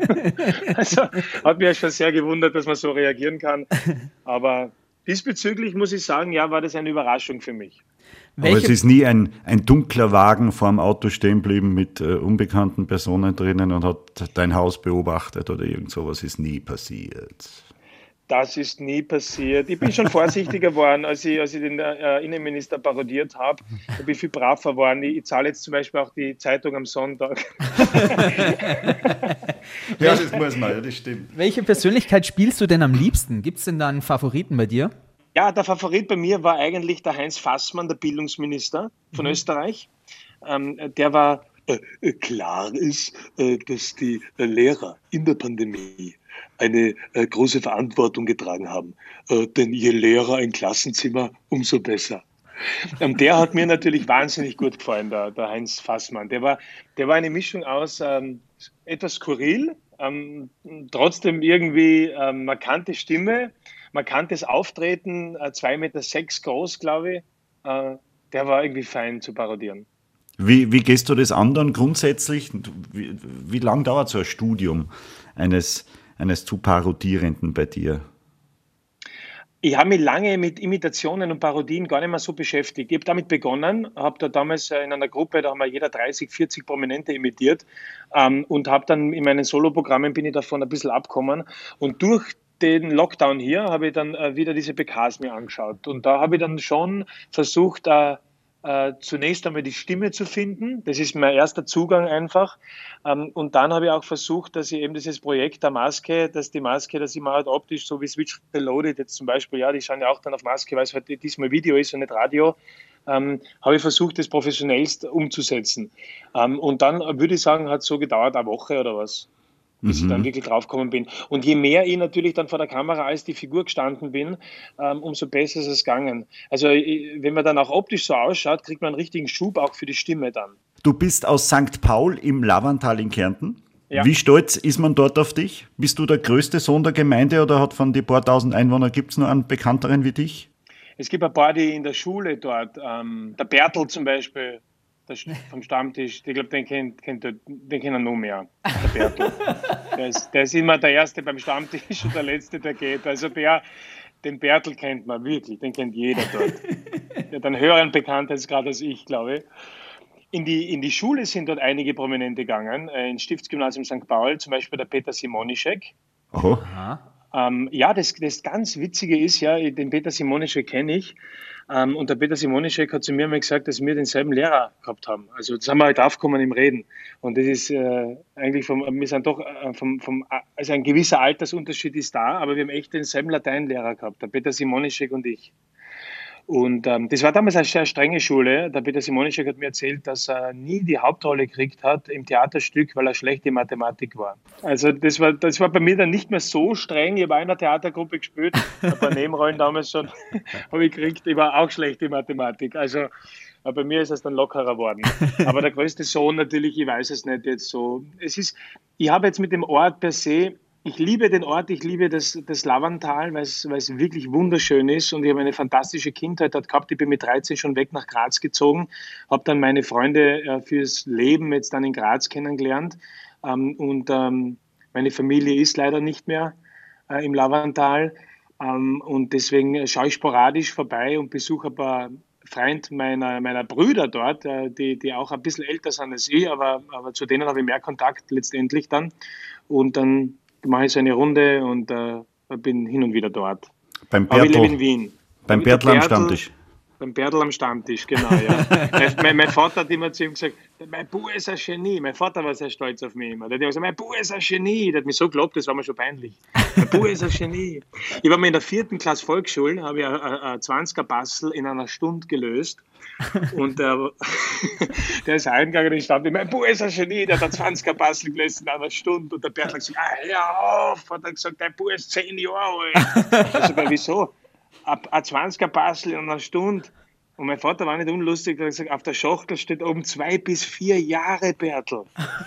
Also hat mich ja schon sehr gewundert, dass man so reagieren kann. Aber diesbezüglich muss ich sagen, ja, war das eine Überraschung für mich. Aber Welche? Es ist nie ein, ein dunkler Wagen vor dem Auto stehen geblieben mit äh, unbekannten Personen drinnen und hat dein Haus beobachtet oder irgend sowas ist nie passiert. Das ist nie passiert. Ich bin schon vorsichtiger geworden, als ich, als ich den äh, Innenminister parodiert habe. Ich bin viel braver geworden. Ich, ich zahle jetzt zum Beispiel auch die Zeitung am Sonntag. Ja, das muss man, ja, das stimmt. Welche Persönlichkeit spielst du denn am liebsten? Gibt es denn da einen Favoriten bei dir? Ja, der Favorit bei mir war eigentlich der Heinz Fassmann, der Bildungsminister von mhm. Österreich. Ähm, der war... Äh, klar ist, äh, dass die äh, Lehrer in der Pandemie eine äh, große Verantwortung getragen haben. Äh, denn je leerer ein Klassenzimmer, umso besser. Ähm, der hat mir natürlich wahnsinnig gut gefallen, der, der Heinz Fassmann. Der war, der war eine Mischung aus ähm, etwas skurril, ähm, trotzdem irgendwie ähm, markante Stimme, markantes Auftreten, äh, zwei Meter sechs groß, glaube ich. Äh, der war irgendwie fein zu parodieren. Wie, wie gehst du das an dann grundsätzlich? Wie, wie lange dauert so ein Studium eines, eines zu Parodierenden bei dir? Ich habe mich lange mit Imitationen und Parodien gar nicht mehr so beschäftigt. Ich habe damit begonnen, habe da damals in einer Gruppe, da haben wir jeder dreißig, vierzig Prominente imitiert ähm, und habe dann in meinen Soloprogrammen bin ich davon ein bisschen abgekommen und durch den Lockdown hier habe ich dann äh, wieder diese P Ks mir angeschaut und da habe ich dann schon versucht, äh, Uh, zunächst einmal die Stimme zu finden. Das ist mein erster Zugang einfach. Um, und dann habe ich auch versucht, dass ich eben dieses Projekt der Maske, dass die Maske, dass ich mal halt optisch, so wie Switch Reloaded jetzt zum Beispiel, ja, die schauen ja auch dann auf Maske, weil es halt diesmal Video ist und nicht Radio, um, habe ich versucht, das professionellst umzusetzen. Um, und dann würde ich sagen, hat es so gedauert, eine Woche oder was. bis Mhm. ich dann wirklich draufgekommen bin. Und je mehr ich natürlich dann vor der Kamera als die Figur gestanden bin, ähm, umso besser ist es gegangen. Also ich, wenn man dann auch optisch so ausschaut, kriegt man einen richtigen Schub auch für die Stimme dann. Du bist aus Sankt Paul im Lavantal in Kärnten. Ja. Wie stolz ist man dort auf dich? Bist du der größte Sohn der Gemeinde oder hat von den paar tausend Einwohnern gibt es nur einen bekannteren wie dich? Es gibt ein paar, die in der Schule dort, ähm, der Bertel zum Beispiel, der, vom Stammtisch, ich glaube, den kennt, kennt, den kennen noch mehr, der Bertel. der, ist, der ist immer der Erste beim Stammtisch und der Letzte, der geht. Also der, den Bertel kennt man wirklich, den kennt jeder dort. Der hat einen höheren Bekanntheitsgrad als ich, glaube ich. In die, in die Schule sind dort einige Prominente gegangen, äh, ins Stiftsgymnasium Sankt Paul, zum Beispiel der Peter Simonischek. Oh. Ähm, ja, das, das ganz Witzige ist, ja, den Peter Simonischek kenne ich. Ähm, und der Peter Simonischek hat zu mir mal gesagt, dass wir denselben Lehrer gehabt haben. Also das haben wir halt draufgekommen im Reden. Und das ist äh, eigentlich, vom, wir sind doch, äh, vom, vom, also ein gewisser Altersunterschied ist da, aber wir haben echt denselben Lateinlehrer gehabt, der Peter Simonischek und ich. Und ähm, das war damals eine sehr strenge Schule. Der Peter Simonischek hat mir erzählt, dass er nie die Hauptrolle gekriegt hat im Theaterstück, weil er schlecht in Mathematik war. Also das war, das war bei mir dann nicht mehr so streng. Ich habe auch in einer Theatergruppe gespielt, ein paar Nebenrollen damals schon habe ich gekriegt. Ich war auch schlecht in Mathematik. Also bei mir ist es dann lockerer geworden. Aber der größte Sohn natürlich, ich weiß es nicht jetzt so. Es ist, ich habe jetzt mit dem Ort per se, ich liebe den Ort, ich liebe das, das Lavantal, weil es, weil es wirklich wunderschön ist und ich habe eine fantastische Kindheit dort gehabt. Ich bin mit dreizehn schon weg nach Graz gezogen, habe dann meine Freunde äh, fürs Leben jetzt dann in Graz kennengelernt ähm, und ähm, meine Familie ist leider nicht mehr äh, im Lavantal ähm, und deswegen schaue ich sporadisch vorbei und besuche ein paar Freund meiner, meiner Brüder dort, äh, die, die auch ein bisschen älter sind als ich, aber, aber zu denen habe ich mehr Kontakt letztendlich dann und dann mache ich so eine Runde und äh, bin hin und wieder dort. Beim Aber ich lebe Bertel, in Wien. beim Der Bertel am Bertel- Stammtisch. Beim Bertel am Stammtisch, genau, ja. mein, mein, mein Vater hat immer zu ihm gesagt, mein Bub ist ein Genie. Mein Vater war sehr stolz auf mich immer. Der hat immer gesagt, mein Bub ist ein Genie. Der hat mich so gelobt, das war mir schon peinlich. Mein Bub ist ein Genie. Ich war mir in der vierten Klasse Volksschule, habe ich ein, ein, ein zwanziger-Bastel in einer Stunde gelöst. Und der, der ist reingegangen und stand, mein Bub ist ein Genie, der hat ein zwanziger-Bastel gelöst in einer Stunde. Und der Bertel hat gesagt, ah, hör auf. Hat er gesagt, dein Bub ist zehn Jahre alt. Ich habe gesagt, wieso? Ein zwanziger-Bastel in einer Stunde. Und mein Vater war nicht unlustig, der hat gesagt, auf der Schachtel steht oben zwei bis vier Jahre, Bertel.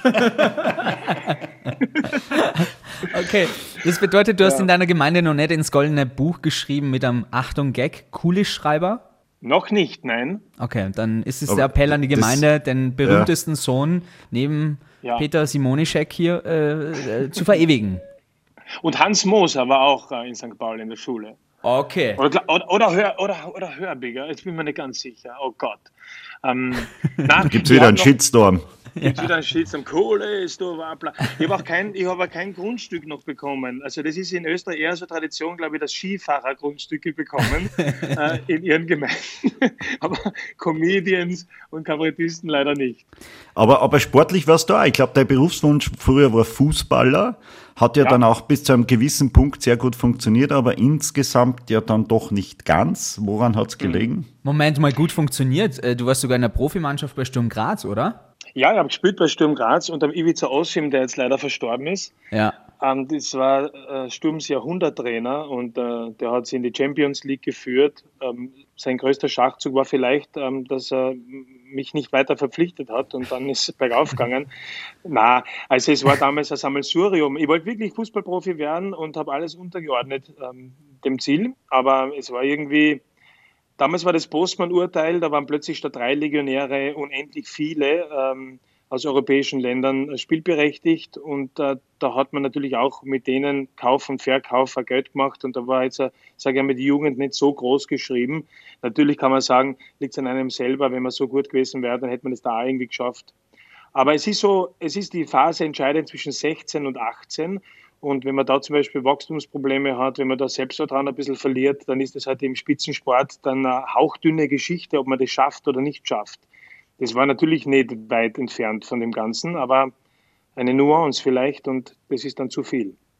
Okay, das bedeutet, du hast Ja. in deiner Gemeinde noch nicht ins Goldene Buch geschrieben mit einem Achtung Gag, Kulischschreiber? Noch nicht, nein. Okay, dann ist es Aber der Appell an die das- Gemeinde, den berühmtesten Sohn neben Ja. Peter Simonischek hier äh, äh, zu verewigen. Und Hans Moser war auch äh, in Sankt Paul in der Schule. Okay. Oder, oder, oder, Hör, oder, oder Hörbiger, jetzt bin ich mir nicht ganz sicher. Oh Gott. Ähm, da Gibt es wieder einen Shitstorm? Gibt wieder einen Shitstorm. Kohle ist da, bla, bla. Ich habe auch kein, ich habe auch kein Grundstück noch bekommen. Also das ist in Österreich eher so Tradition, glaube ich, dass Skifahrer Grundstücke bekommen äh, in ihren Gemeinden. Aber Comedians und Kabarettisten leider nicht. Aber, aber sportlich warst du auch. Ich glaube, dein Berufswunsch früher war Fußballer. Hat ja, Ja. dann auch bis zu einem gewissen Punkt sehr gut funktioniert, aber insgesamt ja dann doch nicht ganz. Woran hat es gelegen? Moment mal, gut funktioniert. Äh, Du warst sogar in der Profimannschaft bei Sturm Graz, oder? Ja, ich habe gespielt bei Sturm Graz und am Ivica Osim, der jetzt leider verstorben ist. Ja. Ähm, das war äh, Sturms Jahrhunderttrainer und äh, der hat sie in die Champions League geführt. Ähm, sein größter Schachzug war vielleicht, ähm, dass er mich nicht weiter verpflichtet hat und dann ist es bergauf gegangen. Na, also es war damals ein Sammelsurium. Ich wollte wirklich Fußballprofi werden und habe alles untergeordnet ähm, dem Ziel, aber es war irgendwie, damals war das Postmann-Urteil, da waren plötzlich statt drei Legionäre unendlich viele ähm, aus europäischen Ländern spielberechtigt und äh, da hat man natürlich auch mit denen Kauf und Verkauf ein Geld gemacht und da war jetzt, äh, sage ich mal, die Jugend nicht so groß geschrieben. Natürlich kann man sagen, liegt es an einem selber, wenn man so gut gewesen wäre, dann hätte man es da auch irgendwie geschafft. Aber es ist so, es ist die Phase entscheidend zwischen sechzehn und achtzehn und wenn man da zum Beispiel Wachstumsprobleme hat, wenn man da Selbstvertrauen ein bisschen verliert, dann ist das halt im Spitzensport dann eine hauchdünne Geschichte, ob man das schafft oder nicht schafft. Das war natürlich nicht weit entfernt von dem Ganzen, aber eine Nuance vielleicht und das ist dann zu viel.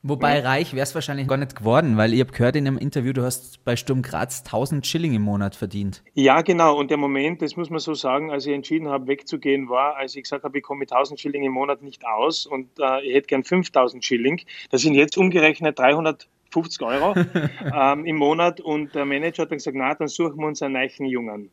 Wobei ja. reich wär's wahrscheinlich gar nicht geworden, weil ich habe gehört in einem Interview, du hast bei Sturm Graz tausend Schilling im Monat verdient. Ja, genau. Und der Moment, das muss man so sagen, als ich entschieden habe, wegzugehen, war, als ich gesagt habe, ich komme mit tausend Schilling im Monat nicht aus und äh, ich hätte gern fünftausend Schilling. Das sind jetzt umgerechnet dreihundertfünfzig Euro ähm, im Monat. Und der Manager hat dann gesagt, na, dann suchen wir uns einen neuen Jungen.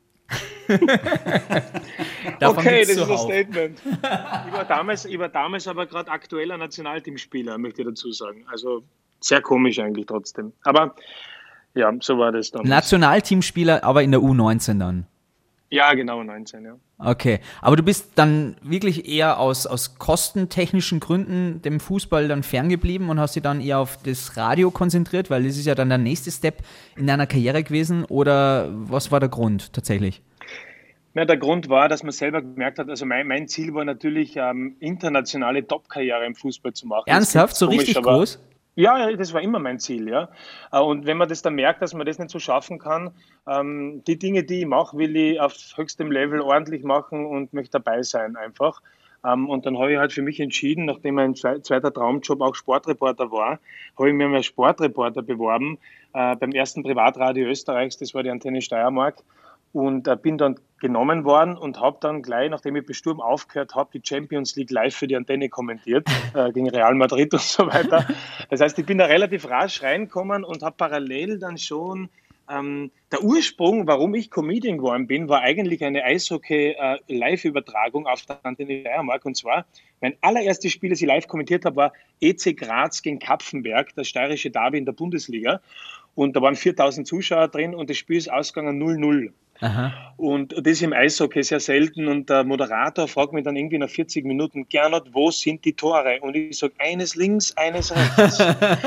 Okay, das ist ein Statement. Ich war damals, ich war damals aber gerade aktueller Nationalteamspieler, möchte ich dazu sagen. Also sehr komisch eigentlich trotzdem. Aber ja, so war das dann. Nationalteamspieler, aber in der U neunzehn dann? Ja, genau, neunzehn, ja. Okay, aber du bist dann wirklich eher aus, aus kostentechnischen Gründen dem Fußball dann ferngeblieben und hast dich dann eher auf das Radio konzentriert, weil das ist ja dann der nächste Step in deiner Karriere gewesen, oder was war der Grund tatsächlich? Ja, der Grund war, dass man selber gemerkt hat, also mein, mein Ziel war natürlich, ähm, internationale Top-Karriere im Fußball zu machen. Ernsthaft? So komisch, richtig aber, groß? Ja, das war immer mein Ziel, ja. Und wenn man das dann merkt, dass man das nicht so schaffen kann, ähm, die Dinge, die ich mache, will ich auf höchstem Level ordentlich machen und möchte dabei sein einfach. Ähm, und dann habe ich halt für mich entschieden, nachdem mein zweiter Traumjob auch Sportreporter war, habe ich mir als Sportreporter beworben äh, beim ersten Privatradio Österreichs, das war die Antenne Steiermark. Und äh, bin dann genommen worden und habe dann gleich, nachdem ich bei Sturm aufgehört habe, die Champions League live für die Antenne kommentiert, äh, gegen Real Madrid und so weiter. Das heißt, ich bin da relativ rasch reingekommen und habe parallel dann schon, ähm, der Ursprung, warum ich Comedian geworden bin, war eigentlich eine Eishockey-Live-Übertragung auf der Antenne Steiermark. Und zwar, mein allererstes Spiel, das ich live kommentiert habe, war E C Graz gegen Kapfenberg, das steirische Derby in der Bundesliga. Und da waren viertausend Zuschauer drin und das Spiel ist ausgegangen null null. Aha. Und das ist im Eishockey sehr selten und der Moderator fragt mich dann irgendwie nach vierzig Minuten, Gernot, wo sind die Tore? Und ich sage, eines links, eines rechts.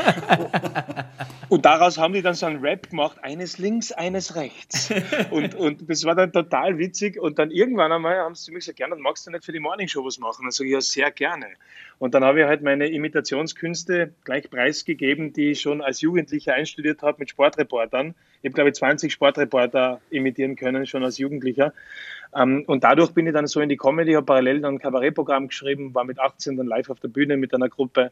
Und daraus haben die dann so einen Rap gemacht, eines links, eines rechts. Und, und das war dann total witzig. Und dann irgendwann einmal haben sie zu mir gesagt, Gernot, magst du nicht für die Morningshow was machen? Dann sage ich, ja, sehr gerne. Und dann habe ich halt meine Imitationskünste gleich preisgegeben, die ich schon als Jugendlicher einstudiert habe mit Sportreportern. Ich habe, glaube ich, zwanzig Sportreporter imitieren können, schon als Jugendlicher. Ähm, und dadurch bin ich dann so in die Comedy, habe parallel dann ein Kabarettprogramm geschrieben, war mit achtzehn dann live auf der Bühne mit einer Gruppe.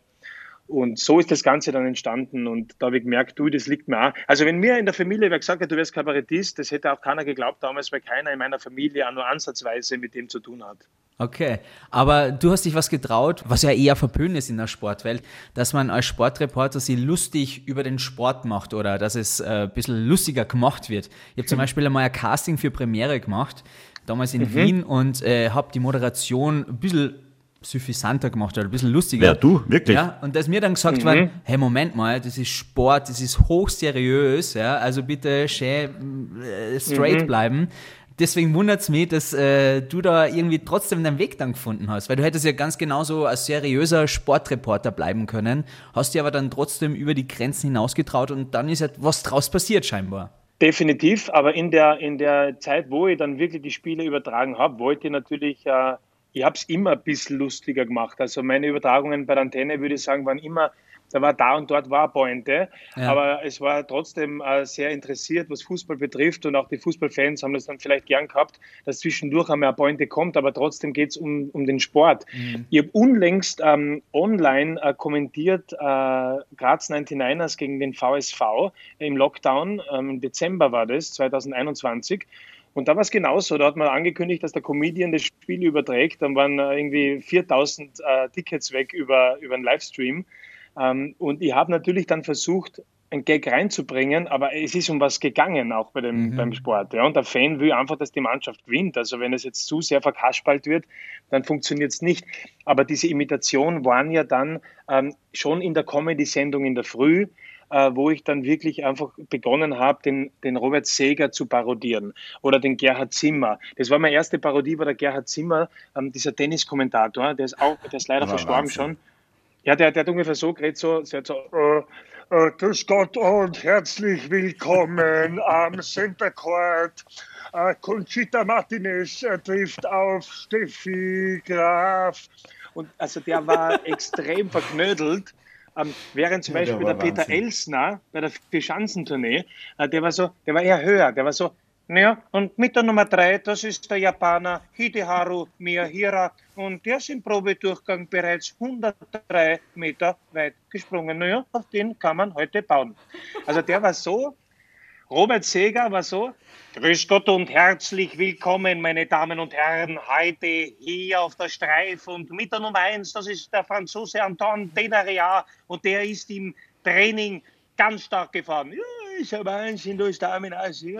Und so ist das Ganze dann entstanden. Und da habe ich gemerkt, du, das liegt mir auch. Also wenn mir in der Familie wer gesagt hat, du wärst Kabarettist, das hätte auch keiner geglaubt damals, weil keiner in meiner Familie auch nur ansatzweise mit dem zu tun hat. Okay, aber du hast dich was getraut, was ja eher verpönt ist in der Sportwelt, dass man als Sportreporter sich lustig über den Sport macht oder dass es äh, ein bisschen lustiger gemacht wird. Ich habe zum Beispiel einmal ein Casting für Premiere gemacht, damals in mhm. Wien, und äh, habe die Moderation ein bisschen suffisanter gemacht oder ein bisschen lustiger. Ja, du, wirklich? Ja, und dass mir dann gesagt mhm. war, hey, Moment mal, das ist Sport, das ist hochseriös, ja, also bitte schön äh, straight mhm. bleiben. Deswegen wundert es mich, dass äh, du da irgendwie trotzdem deinen Weg dann gefunden hast, weil du hättest ja ganz genauso als seriöser Sportreporter bleiben können, hast dir aber dann trotzdem über die Grenzen hinausgetraut und dann ist ja was draus passiert scheinbar. Definitiv, aber in der, in der Zeit, wo ich dann wirklich die Spiele übertragen habe, wollte ich natürlich, äh, ich habe es immer ein bisschen lustiger gemacht. Also meine Übertragungen bei der Antenne, würde ich sagen, waren immer, da war da und dort war Pointe, ja. aber es war trotzdem äh, sehr interessiert, was Fußball betrifft, und auch die Fußballfans haben das dann vielleicht gern gehabt, dass zwischendurch einmal eine Pointe kommt, aber trotzdem geht es um, um den Sport. Mhm. Ich habe unlängst ähm, online äh, kommentiert äh, Graz neunundneunzigers gegen den V S V im Lockdown, ähm, im Dezember war das, zwanzig einundzwanzig. Und da war es genauso, da hat man angekündigt, dass der Comedian das Spiel überträgt, dann waren äh, irgendwie viertausend äh, Tickets weg über, über einen Livestream. Um, und ich habe natürlich dann versucht, einen Gag reinzubringen, aber es ist um was gegangen, auch bei dem, mhm. beim Sport. Ja? Und der Fan will einfach, dass die Mannschaft gewinnt. Also wenn es jetzt zu sehr verkaspalt wird, dann funktioniert es nicht. Aber diese Imitationen waren ja dann ähm, schon in der Comedy-Sendung in der Früh, äh, wo ich dann wirklich einfach begonnen habe, den, den Robert Seger zu parodieren oder den Gerhard Zimmer. Das war meine erste Parodie, war der Gerhard Zimmer, ähm, dieser Tenniskommentator, der ist, auch, der ist leider verstorben Wahnsinn. schon. Ja, der, der hat ungefähr so geredet, so, so, so äh, äh, grüß Gott und herzlich willkommen am Center Court. Äh, Conchita Martinez äh, trifft auf Steffi Graf. Und also der war extrem verknödelt. Ähm, während zum Beispiel ja, der, der Peter Wahnsinn. Elsner bei der Vierschanzentournee, äh, der war so, der war eher höher, der war so, Ja, und mit der Nummer drei, das ist der Japaner Hideharu Miyahira und der ist im Probedurchgang bereits hundertdrei Meter weit gesprungen. Naja, auf den kann man heute bauen. Also der war so, Robert Seger war so, grüß Gott und herzlich willkommen, meine Damen und Herren, heute hier auf der Streif und mit der Nummer eins, das ist der Franzose Anton Denarea und der ist im Training ganz stark gefahren. Ja, ist ja Wahnsinn, da ist der Armin Assi.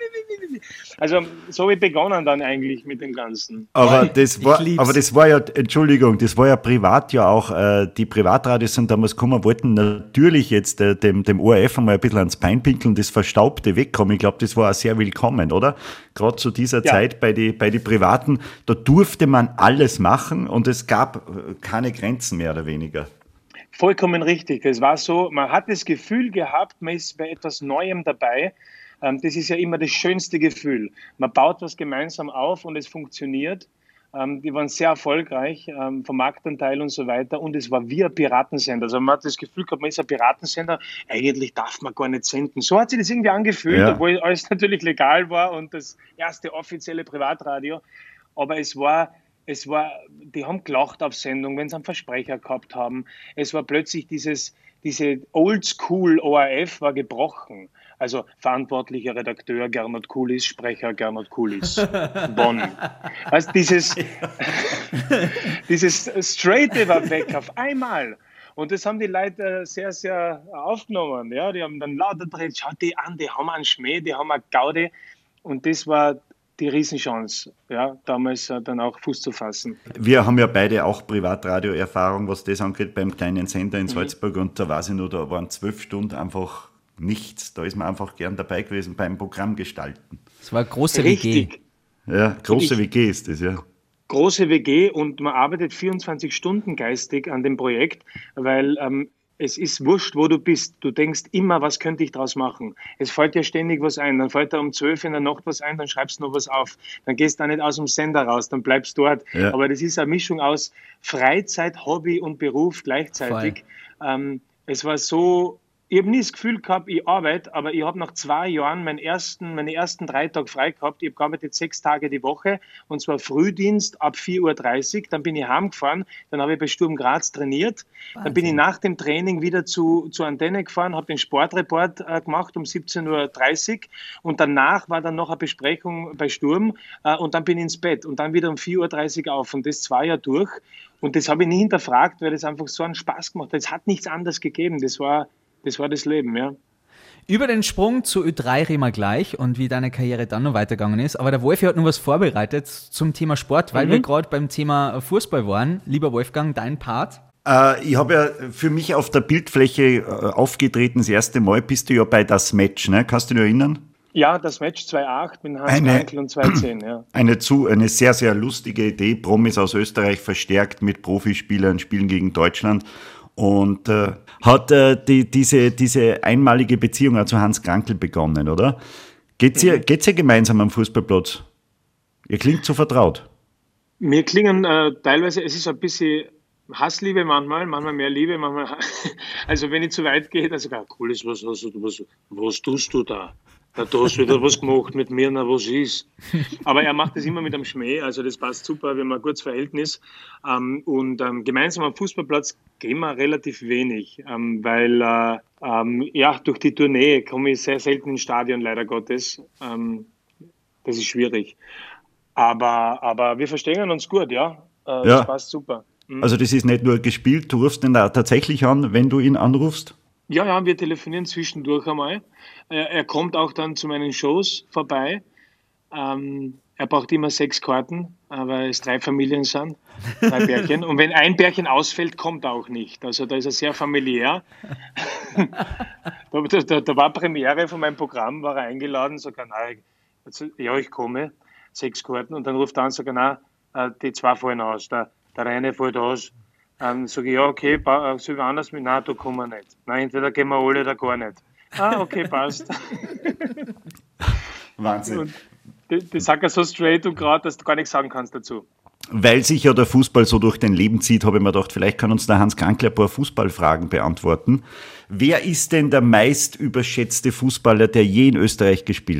Also so habe ich begonnen dann eigentlich mit dem Ganzen. Aber das war, aber das war ja, Entschuldigung, das war ja privat ja auch, äh, die Privatradios sind damals gekommen, wollten natürlich jetzt äh, dem, dem O R F einmal ein bisschen ans Bein pinkeln, das Verstaubte wegkommen. Ich glaube, das war auch sehr willkommen, oder? Gerade zu dieser ja. Zeit bei den bei die Privaten, da durfte man alles machen und es gab keine Grenzen mehr oder weniger. Vollkommen richtig. Es war so, man hat das Gefühl gehabt, man ist bei etwas Neuem dabei. Das ist ja immer das schönste Gefühl. Man baut was gemeinsam auf und es funktioniert. Die waren sehr erfolgreich vom Marktanteil und so weiter. Und es war wie ein Piratensender. Also man hat das Gefühl gehabt, man ist ein Piratensender. Eigentlich darf man gar nicht senden. So hat sich das irgendwie angefühlt, ja. Obwohl alles natürlich legal war und das erste offizielle Privatradio. Aber es war... Es war, die haben gelacht auf Sendung, wenn sie einen Versprecher gehabt haben. Es war plötzlich dieses, diese Oldschool-O R F war gebrochen. Also verantwortlicher Redakteur Gernot Kulis, Sprecher Gernot Kulis, Bonn. Also dieses, dieses Straighte war weg auf einmal. Und das haben die Leute sehr, sehr aufgenommen. Ja, die haben dann lauter gedreht, schaut die an, die haben einen Schmäh, die haben eine Gaude. Und das war die Riesenchance, ja, damals dann auch Fuß zu fassen. Wir haben ja beide auch Privatradio-Erfahrung, was das angeht, beim kleinen Sender in Salzburg. Mhm. Und da weiß ich noch, da waren zwölf Stunden einfach nichts. Da ist man einfach gern dabei gewesen beim Programm gestalten. Das war eine große Richtig. W G. Ja, große W G ist das, ja. Große W G und man arbeitet vierundzwanzig Stunden geistig an dem Projekt, weil ähm, es ist wurscht, wo du bist. Du denkst immer, was könnte ich daraus machen? Es fällt dir ständig was ein. Dann fällt dir um zwölf in der Nacht was ein, dann schreibst du noch was auf. Dann gehst du auch nicht aus dem Sender raus, dann bleibst du dort. Ja. Aber das ist eine Mischung aus Freizeit, Hobby und Beruf gleichzeitig. Ähm, es war so... Ich habe nie das Gefühl gehabt, ich arbeite, aber ich habe nach zwei Jahren meinen ersten, meine ersten drei Tage frei gehabt. Ich habe gearbeitet sechs Tage die Woche und zwar Frühdienst ab vier Uhr dreißig. Dann bin ich heimgefahren, dann habe ich bei Sturm Graz trainiert. Wahnsinn. Dann bin ich nach dem Training wieder zu, zur Antenne gefahren, habe den Sportreport äh, gemacht um siebzehn Uhr dreißig und danach war dann noch eine Besprechung bei Sturm äh, und dann bin ich ins Bett und dann wieder um vier Uhr dreißig auf und das zwei Jahre durch. Und das habe ich nie hinterfragt, weil das einfach so einen Spaß gemacht hat. Es hat nichts anderes gegeben. Das war Das war das Leben, ja. Über den Sprung zu Ö drei reden wir gleich und wie deine Karriere dann noch weitergegangen ist. Aber der Wolfi hat noch was vorbereitet zum Thema Sport, weil mhm. wir gerade beim Thema Fußball waren. Lieber Wolfgang, dein Part? Äh, ich habe ja für mich auf der Bildfläche äh, aufgetreten, das erste Mal bist du ja bei Das Match, ne? Kannst du dich erinnern? Ja, Das Match zwei acht mit Hans Krankl und zwei zehn, ja. Eine, zu, eine sehr, sehr lustige Idee. Promis aus Österreich verstärkt mit Profispielern spielen gegen Deutschland. Und äh, hat äh, die, diese, diese einmalige Beziehung auch zu Hans Krankl begonnen, oder? Geht's ihr, geht's ihr gemeinsam am Fußballplatz? Ihr klingt so vertraut. Wir klingen äh, teilweise, es ist ein bisschen Hassliebe manchmal, manchmal mehr Liebe, manchmal. Also wenn ich zu weit gehe, dann sage ich, cool, was, was, was, was tust du da? Da hast du wieder was gemacht mit mir, na was ist? Aber er macht das immer mit einem Schmäh, also das passt super, wir haben ein gutes Verhältnis. Ähm, und ähm, gemeinsam am Fußballplatz gehen wir relativ wenig, ähm, weil äh, ähm, ja, durch die Tournee komme ich sehr selten ins Stadion, leider Gottes. Ähm, das ist schwierig. Aber, aber wir verstehen uns gut, ja. Äh, ja. Das passt super. Mhm. Also das ist nicht nur gespielt, du rufst ihn da tatsächlich an, wenn du ihn anrufst? Ja, ja, wir telefonieren zwischendurch einmal. Er, er kommt auch dann zu meinen Shows vorbei. Ähm, er braucht immer sechs Karten, weil es drei Familien sind, drei Pärchen. Und wenn ein Pärchen ausfällt, kommt er auch nicht. Also da ist er sehr familiär. da, da, da war Premiere von meinem Programm, war er eingeladen, sagt er, nein, ja, ich komme, sechs Karten. Und dann ruft er an, sagt er, nein, die zwei fallen aus, der, der eine fällt aus. Dann sage ich, ja, okay, soll ich anders mit? Nein, da kommen wir nicht. Nein, entweder gehen wir alle oder gar nicht. Ah, okay, passt. Wahnsinn. Und das, das sagt er so straight und gerade, dass du gar nichts sagen kannst dazu. Weil sich ja der Fußball so durch dein Leben zieht, habe ich mir gedacht, vielleicht kann uns der Hans Krankl ein paar Fußballfragen beantworten. Wer ist denn der meist überschätzte Fußballer, der je in Österreich gespielt hat?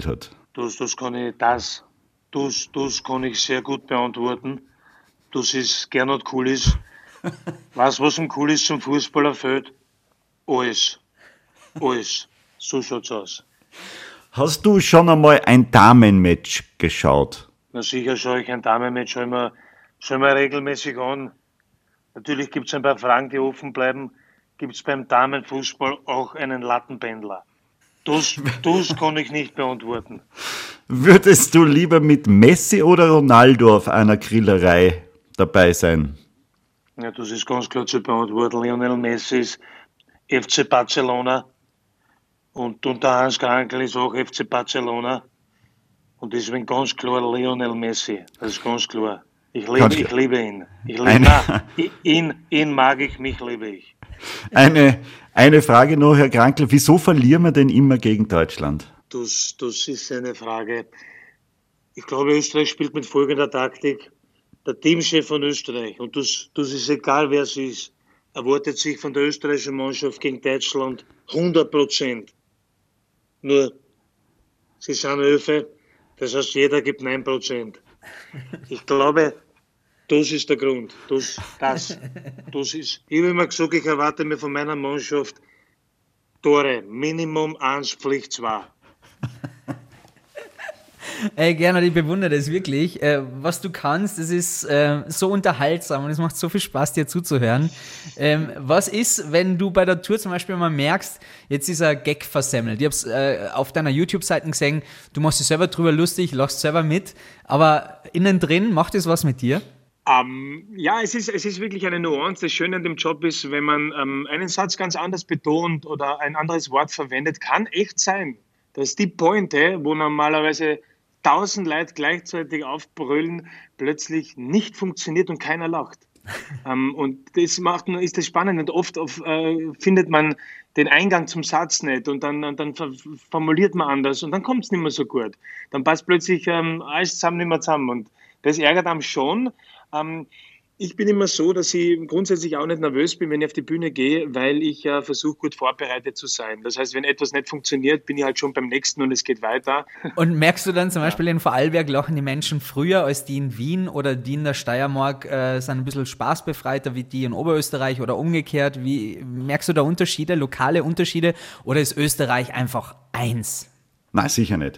Das, das kann ich, das, das, das kann ich sehr gut beantworten. Das ist Gernot Kulis. Weißt du, was ein Kulis zum Fußballer fehlt? Alles. Alles. So schaut's aus. Hast du schon einmal ein Damenmatch geschaut? Na sicher schaue ich ein Damenmatch schon immer, schon immer regelmäßig an. Natürlich gibt es ein paar Fragen, die offen bleiben. Gibt es beim Damenfußball auch einen Lattenpendler? Das, das kann ich nicht beantworten. Würdest du lieber mit Messi oder Ronaldo auf einer Grillerei dabei sein? Ja, das ist ganz klar zu beantworten. Lionel Messi ist F C Barcelona und, und der Hans Krankel ist auch F C Barcelona. Und deswegen ganz klar Lionel Messi. Das ist ganz klar. Ich liebe, Ganz ich klar. liebe ihn. Ich liebe, Eine- nein, ihn, ihn mag ich, mich liebe ich. Eine, eine Frage noch, Herr Krankel. Wieso verlieren wir denn immer gegen Deutschland? Das, das ist eine Frage. Ich glaube, Österreich spielt mit folgender Taktik. Der Teamchef von Österreich, und das, das ist egal, wer es ist, erwartet sich von der österreichischen Mannschaft gegen Deutschland hundert Prozent. Nur, sie sind Öfe, das heißt, jeder gibt neun Prozent. Ich glaube, das ist der Grund. Das, das, das ist. Ich habe immer gesagt, ich erwarte mir von meiner Mannschaft Tore. Minimum eins, Pflicht zwei. Ey, Gernot, ich bewundere das wirklich. Äh, was du kannst, das ist äh, so unterhaltsam und es macht so viel Spaß, dir zuzuhören. Ähm, was ist, wenn du bei der Tour zum Beispiel mal merkst, jetzt ist ein Gag versemmelt. Ich hab's äh, auf deiner YouTube-Seite gesehen, du machst dich selber drüber lustig, lachst selber mit, aber innen drin macht es was mit dir? Ähm, ja, es ist, es ist wirklich eine Nuance. Das Schöne an dem Job ist, wenn man ähm, einen Satz ganz anders betont oder ein anderes Wort verwendet, kann echt sein, dass die Pointe, wo normalerweise tausend Leute gleichzeitig aufbrüllen, plötzlich nicht funktioniert und keiner lacht. ähm, und das macht, ist das spannend. Und oft auf, äh, findet man den Eingang zum Satz nicht und dann, und dann formuliert man anders und dann kommt es nicht mehr so gut. Dann passt plötzlich ähm, alles zusammen nicht mehr zusammen. Und das ärgert einem schon. Ähm, ich bin immer so, dass ich grundsätzlich auch nicht nervös bin, wenn ich auf die Bühne gehe, weil ich äh, versuche, gut vorbereitet zu sein. Das heißt, wenn etwas nicht funktioniert, bin ich halt schon beim nächsten und es geht weiter. Und merkst du dann zum Beispiel in Vorarlberg lachen die Menschen früher als die in Wien oder die in der Steiermark äh, sind ein bisschen spaßbefreiter wie die in Oberösterreich oder umgekehrt? Wie merkst du da Unterschiede, lokale Unterschiede oder ist Österreich einfach eins? Nein, sicher nicht.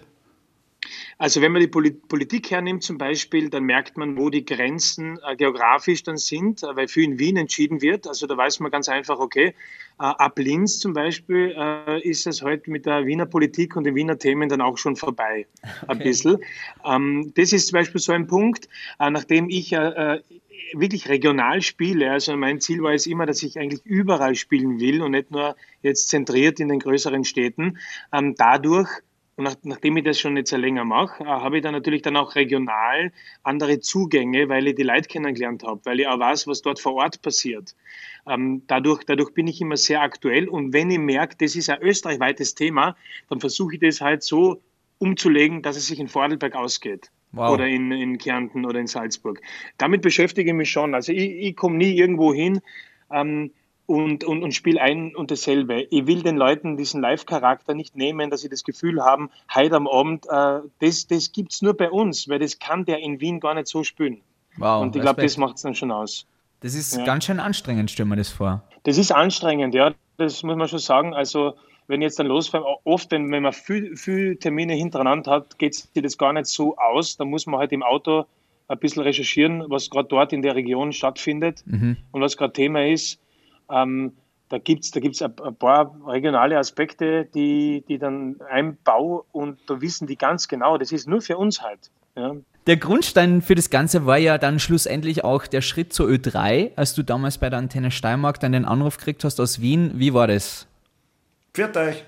Also wenn man die Politik hernimmt zum Beispiel, dann merkt man, wo die Grenzen äh, geografisch dann sind, äh, weil viel in Wien entschieden wird. Also da weiß man ganz einfach, okay, äh, ab Linz zum Beispiel äh, ist es heute mit der Wiener Politik und den Wiener Themen dann auch schon vorbei, okay. Ein bisschen. Ähm, das ist zum Beispiel so ein Punkt, äh, nachdem ich äh, wirklich regional spiele. Also mein Ziel war es immer, dass ich eigentlich überall spielen will und nicht nur jetzt zentriert in den größeren Städten. Ähm, dadurch Und nach, nachdem ich das schon jetzt sehr länger mache, äh, habe ich dann natürlich dann auch regional andere Zugänge, weil ich die Leute kennengelernt habe, weil ich auch weiß, was dort vor Ort passiert. Ähm, dadurch, dadurch bin ich immer sehr aktuell und wenn ich merke, das ist ein österreichweites Thema, dann versuche ich das halt so umzulegen, dass es sich in Vorarlberg ausgeht. Wow. Oder in, in Kärnten oder in Salzburg. Damit beschäftige ich mich schon. Also ich, ich komme nie irgendwo hin, ähm, und, und, und spiele ein und dasselbe. Ich will den Leuten diesen Live-Charakter nicht nehmen, dass sie das Gefühl haben, heute am Abend, äh, das, das gibt es nur bei uns, weil das kann der in Wien gar nicht so spielen. Wow, und ich glaube, das macht es dann schon aus. Das ist ja ganz schön anstrengend, stell mir das vor. Das ist anstrengend, ja, das muss man schon sagen. Also wenn jetzt dann losfällt, oft, wenn, wenn man viel, viel Termine hintereinander hat, geht sich das gar nicht so aus. Da muss man halt im Auto ein bisschen recherchieren, was gerade dort in der Region stattfindet mhm. und was gerade Thema ist. Ähm, da gibt es da gibt's ein, ein paar regionale Aspekte, die, die dann einbauen und da wissen die ganz genau, das ist nur für uns halt. Ja. Der Grundstein für das Ganze war ja dann schlussendlich auch der Schritt zur Ö drei, als du damals bei der Antenne Steiermark dann den Anruf gekriegt hast aus Wien. Wie war das? Pfiat euch!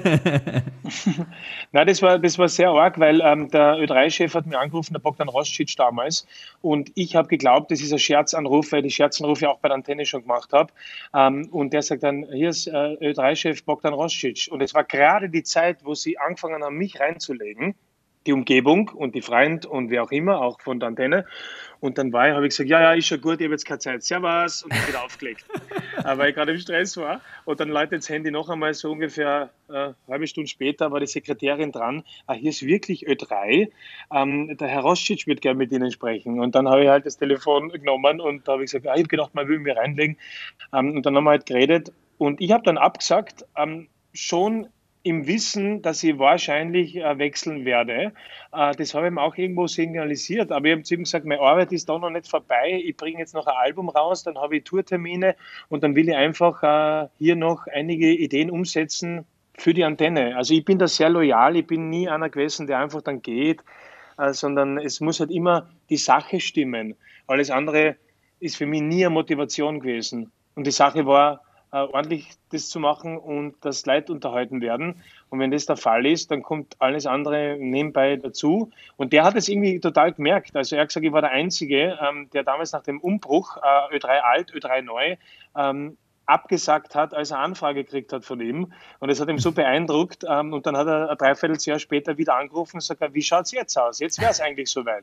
Nein, das war, das war sehr arg, weil ähm, der Ö drei Chef hat mir angerufen, der Bogdan Roscic damals, und ich habe geglaubt, das ist ein Scherzanruf, weil ich die Scherzanrufe auch bei der Antenne schon gemacht habe. Ähm, und der sagt dann, hier ist äh, Ö drei Chef Bogdan Roscic. Und es war gerade die Zeit, wo sie angefangen haben, mich reinzulegen, die Umgebung und die Freund und wer auch immer, auch von der Antenne. Und dann war ich, habe ich gesagt, ja, ja, ist schon gut, ich habe jetzt keine Zeit, servus, und dann wieder aufgelegt, äh, weil ich gerade im Stress war. Und dann läutet das Handy noch einmal so ungefähr äh, eine halbe Stunde später, war die Sekretärin dran, ah, hier ist wirklich Ö drei, ähm, der Herr Rostic wird gerne mit Ihnen sprechen. Und dann habe ich halt das Telefon genommen und da habe ich gesagt, ah, ich habe gedacht, man will mich reinlegen. Ähm, und dann haben wir halt geredet und ich habe dann abgesagt, ähm, schon im Wissen, dass ich wahrscheinlich äh, wechseln werde. Äh, das habe ich ihm auch irgendwo signalisiert. Aber ich habe zu ihm gesagt, meine Arbeit ist da noch nicht vorbei. Ich bringe jetzt noch ein Album raus, dann habe ich Tourtermine und dann will ich einfach äh, hier noch einige Ideen umsetzen für die Antenne. Also ich bin da sehr loyal. Ich bin nie einer gewesen, der einfach dann geht, äh, sondern es muss halt immer die Sache stimmen. Alles andere ist für mich nie eine Motivation gewesen. Und die Sache war, Uh, ordentlich das zu machen und dass Leute unterhalten werden. Und wenn das der Fall ist, dann kommt alles andere nebenbei dazu. Und der hat es irgendwie total gemerkt. Also er hat gesagt, ich war der Einzige, ähm, der damals nach dem Umbruch äh, Ö drei alt, Ö drei neu ähm, abgesagt hat, als er Anfrage gekriegt hat von ihm. Und das hat ihm so beeindruckt. Ähm, und dann hat er ein Dreivierteljahr später wieder angerufen und gesagt, wie schaut es jetzt aus? Jetzt wäre es eigentlich soweit.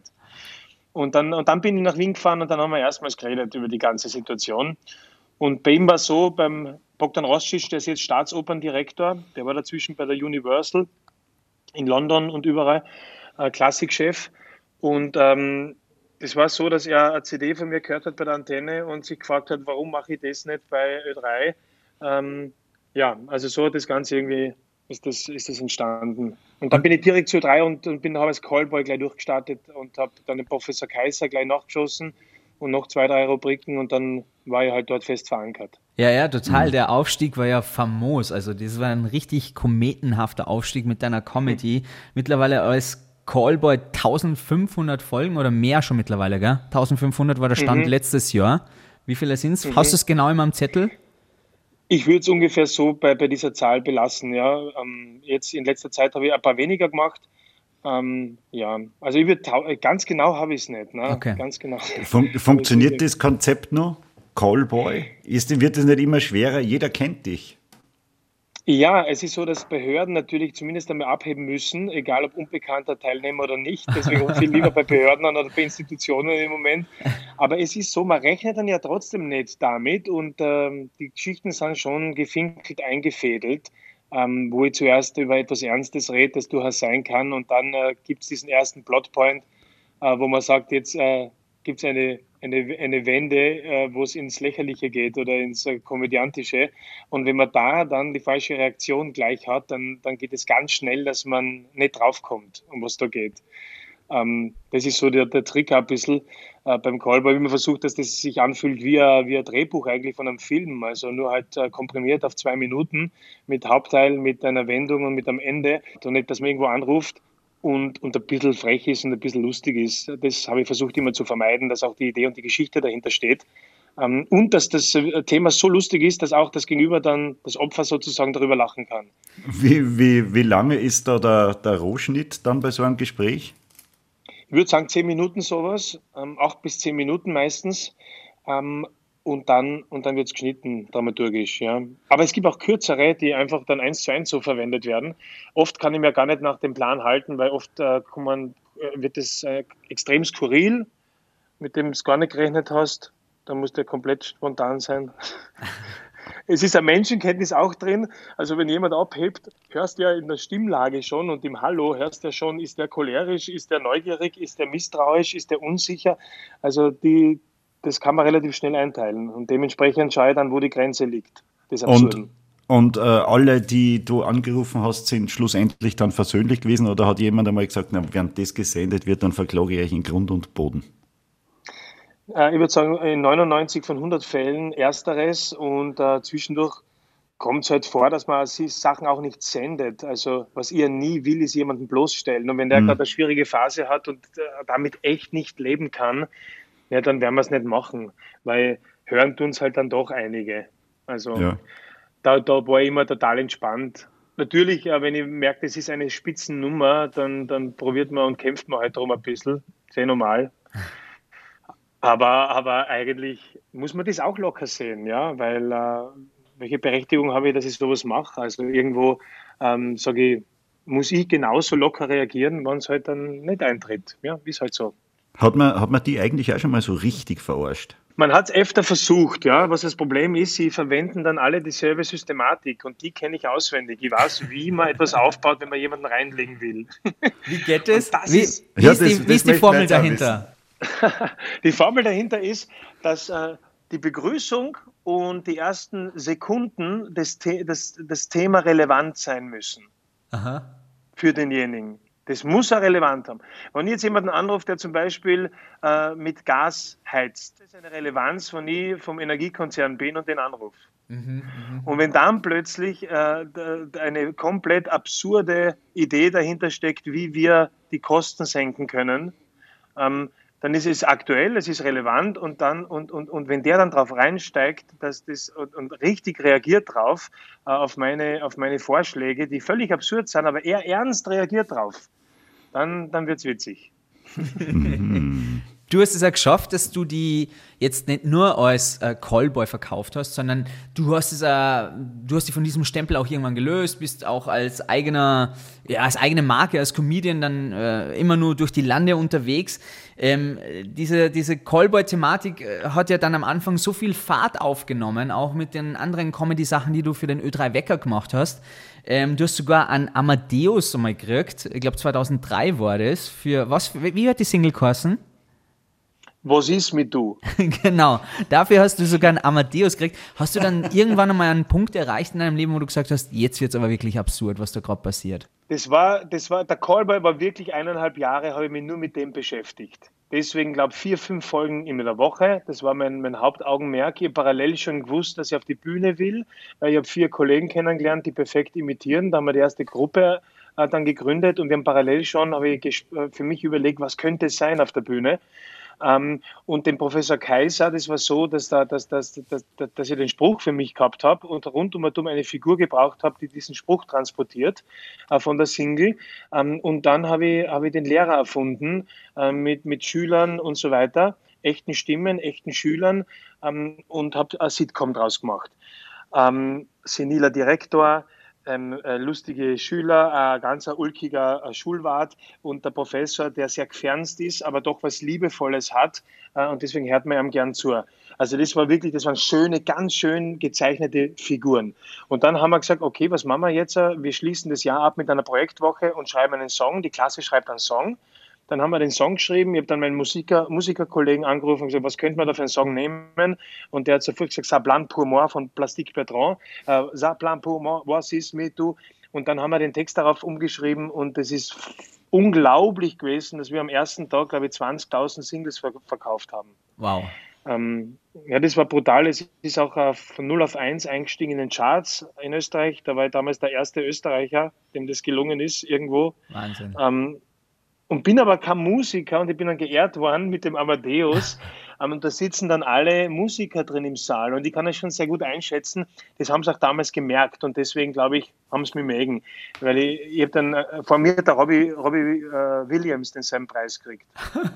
Und dann, und dann bin ich nach Wien gefahren und dann haben wir erstmals geredet über die ganze Situation. Und bei ihm war es so, beim Bogdan Roscic, der ist jetzt Staatsoperndirektor, der war dazwischen bei der Universal in London und überall, äh, Klassikchef. Und ähm, das war so, dass er eine C D von mir gehört hat bei der Antenne und sich gefragt hat, warum mache ich das nicht bei Ö drei? Ähm, ja, also so hat das Ganze irgendwie, ist das, ist das entstanden. Und dann bin ich direkt zu Ö drei und, und bin habe als Callboy gleich durchgestartet und habe dann den Professor Kaiser gleich nachgeschossen und noch zwei, drei Rubriken und dann war ich halt dort fest verankert. Ja, ja, total. Mhm. Der Aufstieg war ja famos. Also das war ein richtig kometenhafter Aufstieg mit deiner Comedy. Mhm. Mittlerweile als Callboy eintausendfünfhundert Folgen oder mehr schon mittlerweile, gell? eintausendfünfhundert war der Stand mhm. letztes Jahr. Wie viele sind es? Mhm. Hast du es genau in meinem Zettel? Ich würde es ungefähr so bei, bei dieser Zahl belassen. Ja. Ähm, jetzt in letzter Zeit habe ich ein paar weniger gemacht. Ähm, ja, also ich würde ganz genau habe ich es nicht. Ne? Okay. Ganz genau. Fun- funktioniert das Konzept noch? Callboy? Ist, wird es nicht immer schwerer? Jeder kennt dich. Ja, es ist so, dass Behörden natürlich zumindest einmal abheben müssen, egal ob unbekannter Teilnehmer oder nicht. Deswegen rufe ich lieber bei Behörden an oder bei Institutionen im Moment. Aber es ist so, man rechnet dann ja trotzdem nicht damit und ähm, die Geschichten sind schon gefinkelt, eingefädelt. Ähm, wo ich zuerst über etwas Ernstes rede, das durchaus sein kann und dann äh, gibt es diesen ersten Plotpoint, äh, wo man sagt, jetzt äh, gibt es eine, eine, eine Wende, äh, wo es ins Lächerliche geht oder ins äh, Komödiantische und wenn man da dann die falsche Reaktion gleich hat, dann, dann geht es ganz schnell, dass man nicht draufkommt, um was da geht. Ähm, das ist so der, der Trick ein bisschen äh, beim Callboy, wie man versucht, dass das sich anfühlt wie ein, wie ein Drehbuch eigentlich von einem Film, also nur halt äh, komprimiert auf zwei Minuten mit Hauptteil, mit einer Wendung und mit einem Ende. Und nicht, dass man irgendwo anruft und, und ein bisschen frech ist und ein bisschen lustig ist. Das habe ich versucht immer zu vermeiden, dass auch die Idee und die Geschichte dahinter steht. Ähm, und dass das Thema so lustig ist, dass auch das Gegenüber dann, das Opfer sozusagen darüber lachen kann. Wie, wie, wie lange ist da der, der Rohschnitt dann bei so einem Gespräch? Ich würde sagen zehn Minuten sowas, ähm, acht bis zehn Minuten meistens. Ähm, und dann, und dann wird es geschnitten, dramaturgisch. Ja. Aber es gibt auch kürzere, die einfach dann eins zu eins so verwendet werden. Oft kann ich mir gar nicht nach dem Plan halten, weil oft äh, man, äh, wird es äh, extrem skurril, mit dem du gar nicht gerechnet hast. Da muss der komplett spontan sein. Es ist eine Menschenkenntnis auch drin. Also wenn jemand abhebt, hörst du ja in der Stimmlage schon und im Hallo hörst du ja schon, ist der cholerisch, ist der neugierig, ist der misstrauisch, ist der unsicher. Also die, das kann man relativ schnell einteilen und dementsprechend schaue ich dann, wo die Grenze liegt. Das und und äh, alle, die du angerufen hast, sind schlussendlich dann versöhnlich gewesen oder hat jemand einmal gesagt, na, während das gesendet wird, dann verklage ich euch in Grund und Boden? Ich würde sagen, in neunundneunzig von hundert Fällen ersteres und äh, zwischendurch kommt es halt vor, dass man Sachen auch nicht sendet. Also was ihr nie will, ist jemanden bloßstellen. Und wenn der mhm. gerade eine schwierige Phase hat und äh, damit echt nicht leben kann, ja, dann werden wir es nicht machen, weil hören tun es halt dann doch einige. Also ja. da, da war ich immer total entspannt. Natürlich, äh, wenn ich merke, das ist eine Spitzennummer, dann, dann probiert man und kämpft man halt drum ein bisschen. Sehr normal. Aber, aber eigentlich muss man das auch locker sehen, ja, weil äh, welche Berechtigung habe ich, dass ich sowas mache? Also irgendwo ähm, sage ich, muss ich genauso locker reagieren, wenn es halt dann nicht eintritt. Ja, ist halt so. Hat man, hat man die eigentlich auch schon mal so richtig verarscht? Man hat es öfter versucht, ja. Was das Problem ist, sie verwenden dann alle dieselbe Systematik und die kenne ich auswendig. Ich weiß, wie man etwas aufbaut, wenn man jemanden reinlegen will. Wie geht es? das Wie, ist- wie Ja, ist die, das- wie das ist die möchten wir Formel jetzt auch dahinter? Die Formel dahinter ist, dass äh, die Begrüßung und die ersten Sekunden des, The des, des Thema relevant sein müssen Aha. für denjenigen. Das muss er relevant haben. Wenn ich jetzt jemanden anrufe, der zum Beispiel äh, mit Gas heizt, das ist eine Relevanz, wenn ich vom Energiekonzern bin und den anrufe. Und wenn dann plötzlich äh, d- eine komplett absurde Idee dahinter steckt, wie wir die Kosten senken können, ähm, dann ist es aktuell, es ist relevant und dann und, und, und wenn der dann drauf reinsteigt, dass das und, und richtig reagiert drauf äh, auf meine auf meine Vorschläge, die völlig absurd sind, aber er ernst reagiert drauf, dann dann wird's witzig. Du hast es ja geschafft, dass du die jetzt nicht nur als äh, Callboy verkauft hast, sondern du hast es, äh, du hast dich von diesem Stempel auch irgendwann gelöst, bist auch als eigener, ja, als eigene Marke, als Comedian dann äh, immer nur durch die Lande unterwegs. Ähm, diese diese Callboy-Thematik äh, hat ja dann am Anfang so viel Fahrt aufgenommen, auch mit den anderen Comedy-Sachen, die du für den Ö drei Wecker gemacht hast. Ähm, du hast sogar einen Amadeus einmal gekriegt, ich glaube zweitausenddrei war das, für was, wie hat die Single geheißen? Was ist mit du? Genau, dafür hast du sogar einen Amadeus gekriegt. Hast du dann irgendwann einmal einen Punkt erreicht in deinem Leben, wo du gesagt hast, jetzt wird es aber wirklich absurd, was da gerade passiert? Das war, das war, der Callboy war wirklich eineinhalb Jahre, habe ich mich nur mit dem beschäftigt. Deswegen, glaube ich, vier, fünf Folgen in der Woche. Das war mein, mein Hauptaugenmerk. Ich habe parallel schon gewusst, dass ich auf die Bühne will. Weil ich habe vier Kollegen kennengelernt, die perfekt imitieren. Da haben wir die erste Gruppe äh, dann gegründet und wir haben parallel schon, habe ich gesp- für mich überlegt, was könnte es sein auf der Bühne. Ähm, und den Professor Kaiser, das war so, dass, da, dass, dass, dass, dass, dass ich den Spruch für mich gehabt habe und rundum und um eine Figur gebraucht habe, die diesen Spruch transportiert äh, von der Single. Ähm, und dann habe ich, habe ich den Lehrer erfunden äh, mit, mit Schülern und so weiter, echten Stimmen, echten Schülern ähm, und habe ein Sitcom draus gemacht. Ähm, seniler Direktor, ähm, äh, lustige Schüler, ein ganz ein ulkiger äh, Schulwart und der Professor, der sehr gefernst ist, aber doch was Liebevolles hat äh, und deswegen hört man ihm gern zu. Also das war wirklich, das waren schöne, ganz schön gezeichnete Figuren. Und dann haben wir gesagt, okay, was machen wir jetzt? Wir schließen das Jahr ab mit einer Projektwoche und schreiben einen Song. Die Klasse schreibt einen Song. Dann haben wir den Song geschrieben. Ich habe dann meinen Musiker, Musikerkollegen angerufen und gesagt, was könnte man da für einen Song nehmen? Und der hat sofort gesagt, Ça plan pour moi von Plastique Bertrand. Äh, Ça plan pour moi, was ist mit du? Und dann haben wir den Text darauf umgeschrieben und es ist unglaublich gewesen, dass wir am ersten Tag, glaube ich, zwanzigtausend Singles ver- verkauft haben. Wow. Ähm, ja, das war brutal. Es ist auch äh, von null auf eins eingestiegen in den Charts in Österreich. Da war ich damals der erste Österreicher, dem das gelungen ist, irgendwo. Wahnsinn. Ähm, und bin aber kein Musiker und ich bin dann geehrt worden mit dem Amadeus. Ähm, und da sitzen dann alle Musiker drin im Saal und ich kann das schon sehr gut einschätzen. Das haben sie auch damals gemerkt und deswegen, glaube ich, haben sie mich mögen. Weil ich, ich habe dann, äh, vor mir hat der Robbie, Robbie äh, Williams den seinen Preis gekriegt.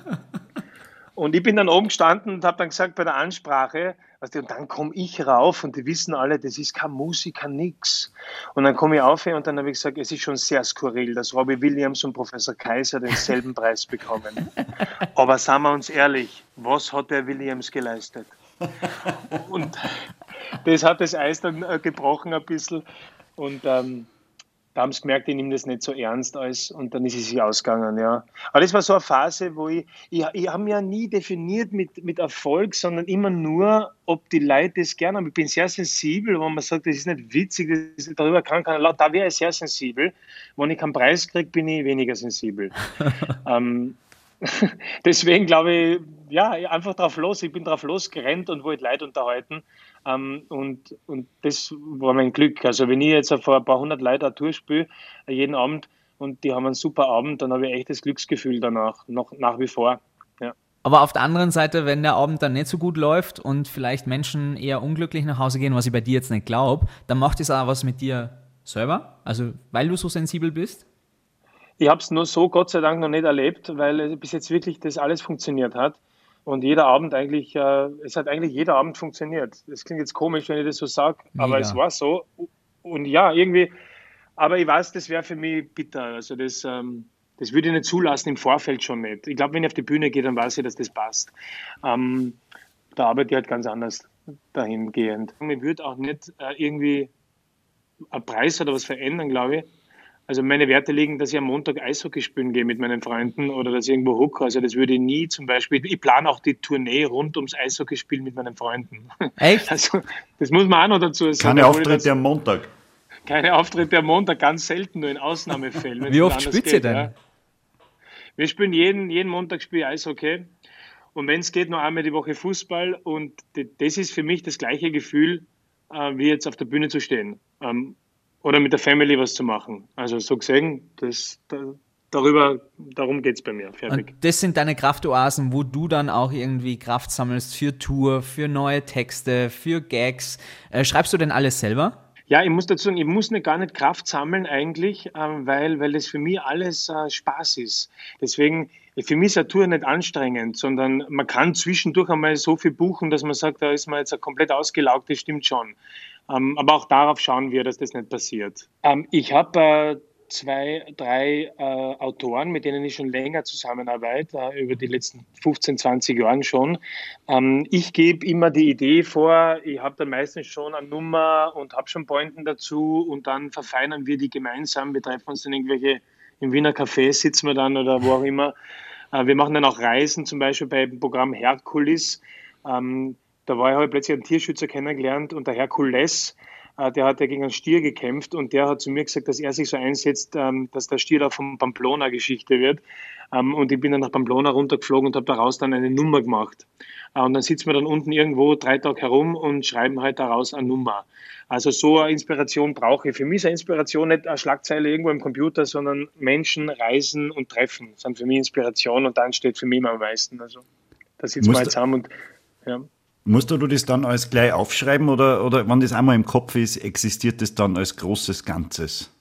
Und ich bin dann oben gestanden und habe dann gesagt bei der Ansprache, weißt du, und dann komme ich rauf und die wissen alle, das ist kein Musiker, nix. Und dann komme ich auf und dann habe ich gesagt, es ist schon sehr skurril, dass Robbie Williams und Professor Kaiser denselben Preis bekommen. Aber seien wir uns ehrlich, was hat der Williams geleistet? Und das hat das Eis dann äh, gebrochen ein bisschen und ähm, da haben sie gemerkt, ich nehme das nicht so ernst als und dann ist es sich ausgegangen, ja. Aber das war so eine Phase, wo ich, ich, ich habe mich ja nie definiert mit, mit Erfolg, sondern immer nur, ob die Leute das gerne haben. Ich bin sehr sensibel, wenn man sagt, das ist nicht witzig, das ist, darüber kann keiner laut, da wäre ich sehr sensibel. Wenn ich keinen Preis kriege, bin ich weniger sensibel. ähm, deswegen glaube ich, ja, einfach drauf los, ich bin drauf losgerannt und wollte Leute unterhalten. Um, und, und das war mein Glück. Also wenn ich jetzt vor ein paar hundert Leuten eine Tour spiele, jeden Abend, und die haben einen super Abend, dann habe ich echt das Glücksgefühl danach, noch nach wie vor. Ja. Aber auf der anderen Seite, wenn der Abend dann nicht so gut läuft und vielleicht Menschen eher unglücklich nach Hause gehen, was ich bei dir jetzt nicht glaube, dann macht es auch was mit dir selber? Also weil du so sensibel bist? Ich habe es nur so Gott sei Dank noch nicht erlebt, weil bis jetzt wirklich das alles funktioniert hat. Und jeder Abend eigentlich, äh, es hat eigentlich jeder Abend funktioniert. Das klingt jetzt komisch, wenn ich das so sage, aber es war so. Und ja, irgendwie, Aber ich weiß, das wäre für mich bitter. Also das, ähm, das würde ich nicht zulassen, im Vorfeld schon nicht. Ich glaube, wenn ich auf die Bühne gehe, dann weiß ich, dass das passt. Ähm, da arbeite ich halt ganz anders dahingehend. Ich würde auch nicht äh, irgendwie einen Preis oder was verändern, glaube ich. Also meine Werte liegen, dass ich am Montag Eishockey spielen gehe mit meinen Freunden oder dass ich irgendwo hocke. Also das würde ich nie zum Beispiel, ich plane auch die Tournee rund ums Eishockeyspielen mit meinen Freunden. Echt? Also das muss man auch noch dazu sagen. Keine Auftritte am Montag. Keine Auftritte am Montag, ganz selten, nur in Ausnahmefällen. Wie oft spielt ihr denn? Ja. Wir spielen jeden, jeden Montag spiele ich Eishockey und wenn es geht, noch einmal die Woche Fußball und das ist für mich das gleiche Gefühl, äh, wie jetzt auf der Bühne zu stehen. Ähm, Oder mit der Family was zu machen. Also so gesehen, das, da, darüber, darum geht es bei mir. Fertig. Und das sind deine Kraftoasen, wo du dann auch irgendwie Kraft sammelst für Tour, für neue Texte, für Gags. Äh, schreibst du denn alles selber? Ja, ich muss dazu sagen, ich muss nicht, gar nicht Kraft sammeln eigentlich, ähm, weil, weil das für mich alles äh, Spaß ist. Deswegen, für mich ist eine Tour nicht anstrengend, sondern man kann zwischendurch einmal so viel buchen, dass man sagt, da ist man jetzt komplett ausgelaugt, das stimmt schon. Ähm, aber auch darauf schauen wir, dass das nicht passiert. Ähm, ich habe äh, zwei, drei äh, Autoren, mit denen ich schon länger zusammenarbeite, äh, über die letzten fünfzehn, zwanzig Jahren schon. Ähm, ich gebe immer die Idee vor, ich habe dann meistens schon eine Nummer und habe schon Pointen dazu und dann verfeinern wir die gemeinsam. Wir treffen uns in irgendwelche, im Wiener Café sitzen wir dann oder wo auch immer. Äh, wir machen dann auch Reisen, zum Beispiel beim Programm Herkules. Ähm, Da war ich halt plötzlich einen Tierschützer kennengelernt und der Herkules, äh, der hat ja gegen einen Stier gekämpft und der hat zu mir gesagt, dass er sich so einsetzt, ähm, dass der Stier da von Pamplona-Geschichte wird. Ähm, und ich bin dann nach Pamplona runtergeflogen und habe daraus dann eine Nummer gemacht. Äh, und dann sitzen wir dann unten irgendwo drei Tage herum und schreiben halt daraus eine Nummer. Also so eine Inspiration brauche ich. Für mich ist eine Inspiration nicht eine Schlagzeile irgendwo im Computer, sondern Menschen, Reisen und Treffen sind für mich Inspiration und da entsteht für mich immer am meisten. Also da sitzen wir halt zusammen und ja. Musst du das dann alles gleich aufschreiben oder, oder wenn das einmal im Kopf ist, existiert das dann als großes Ganzes?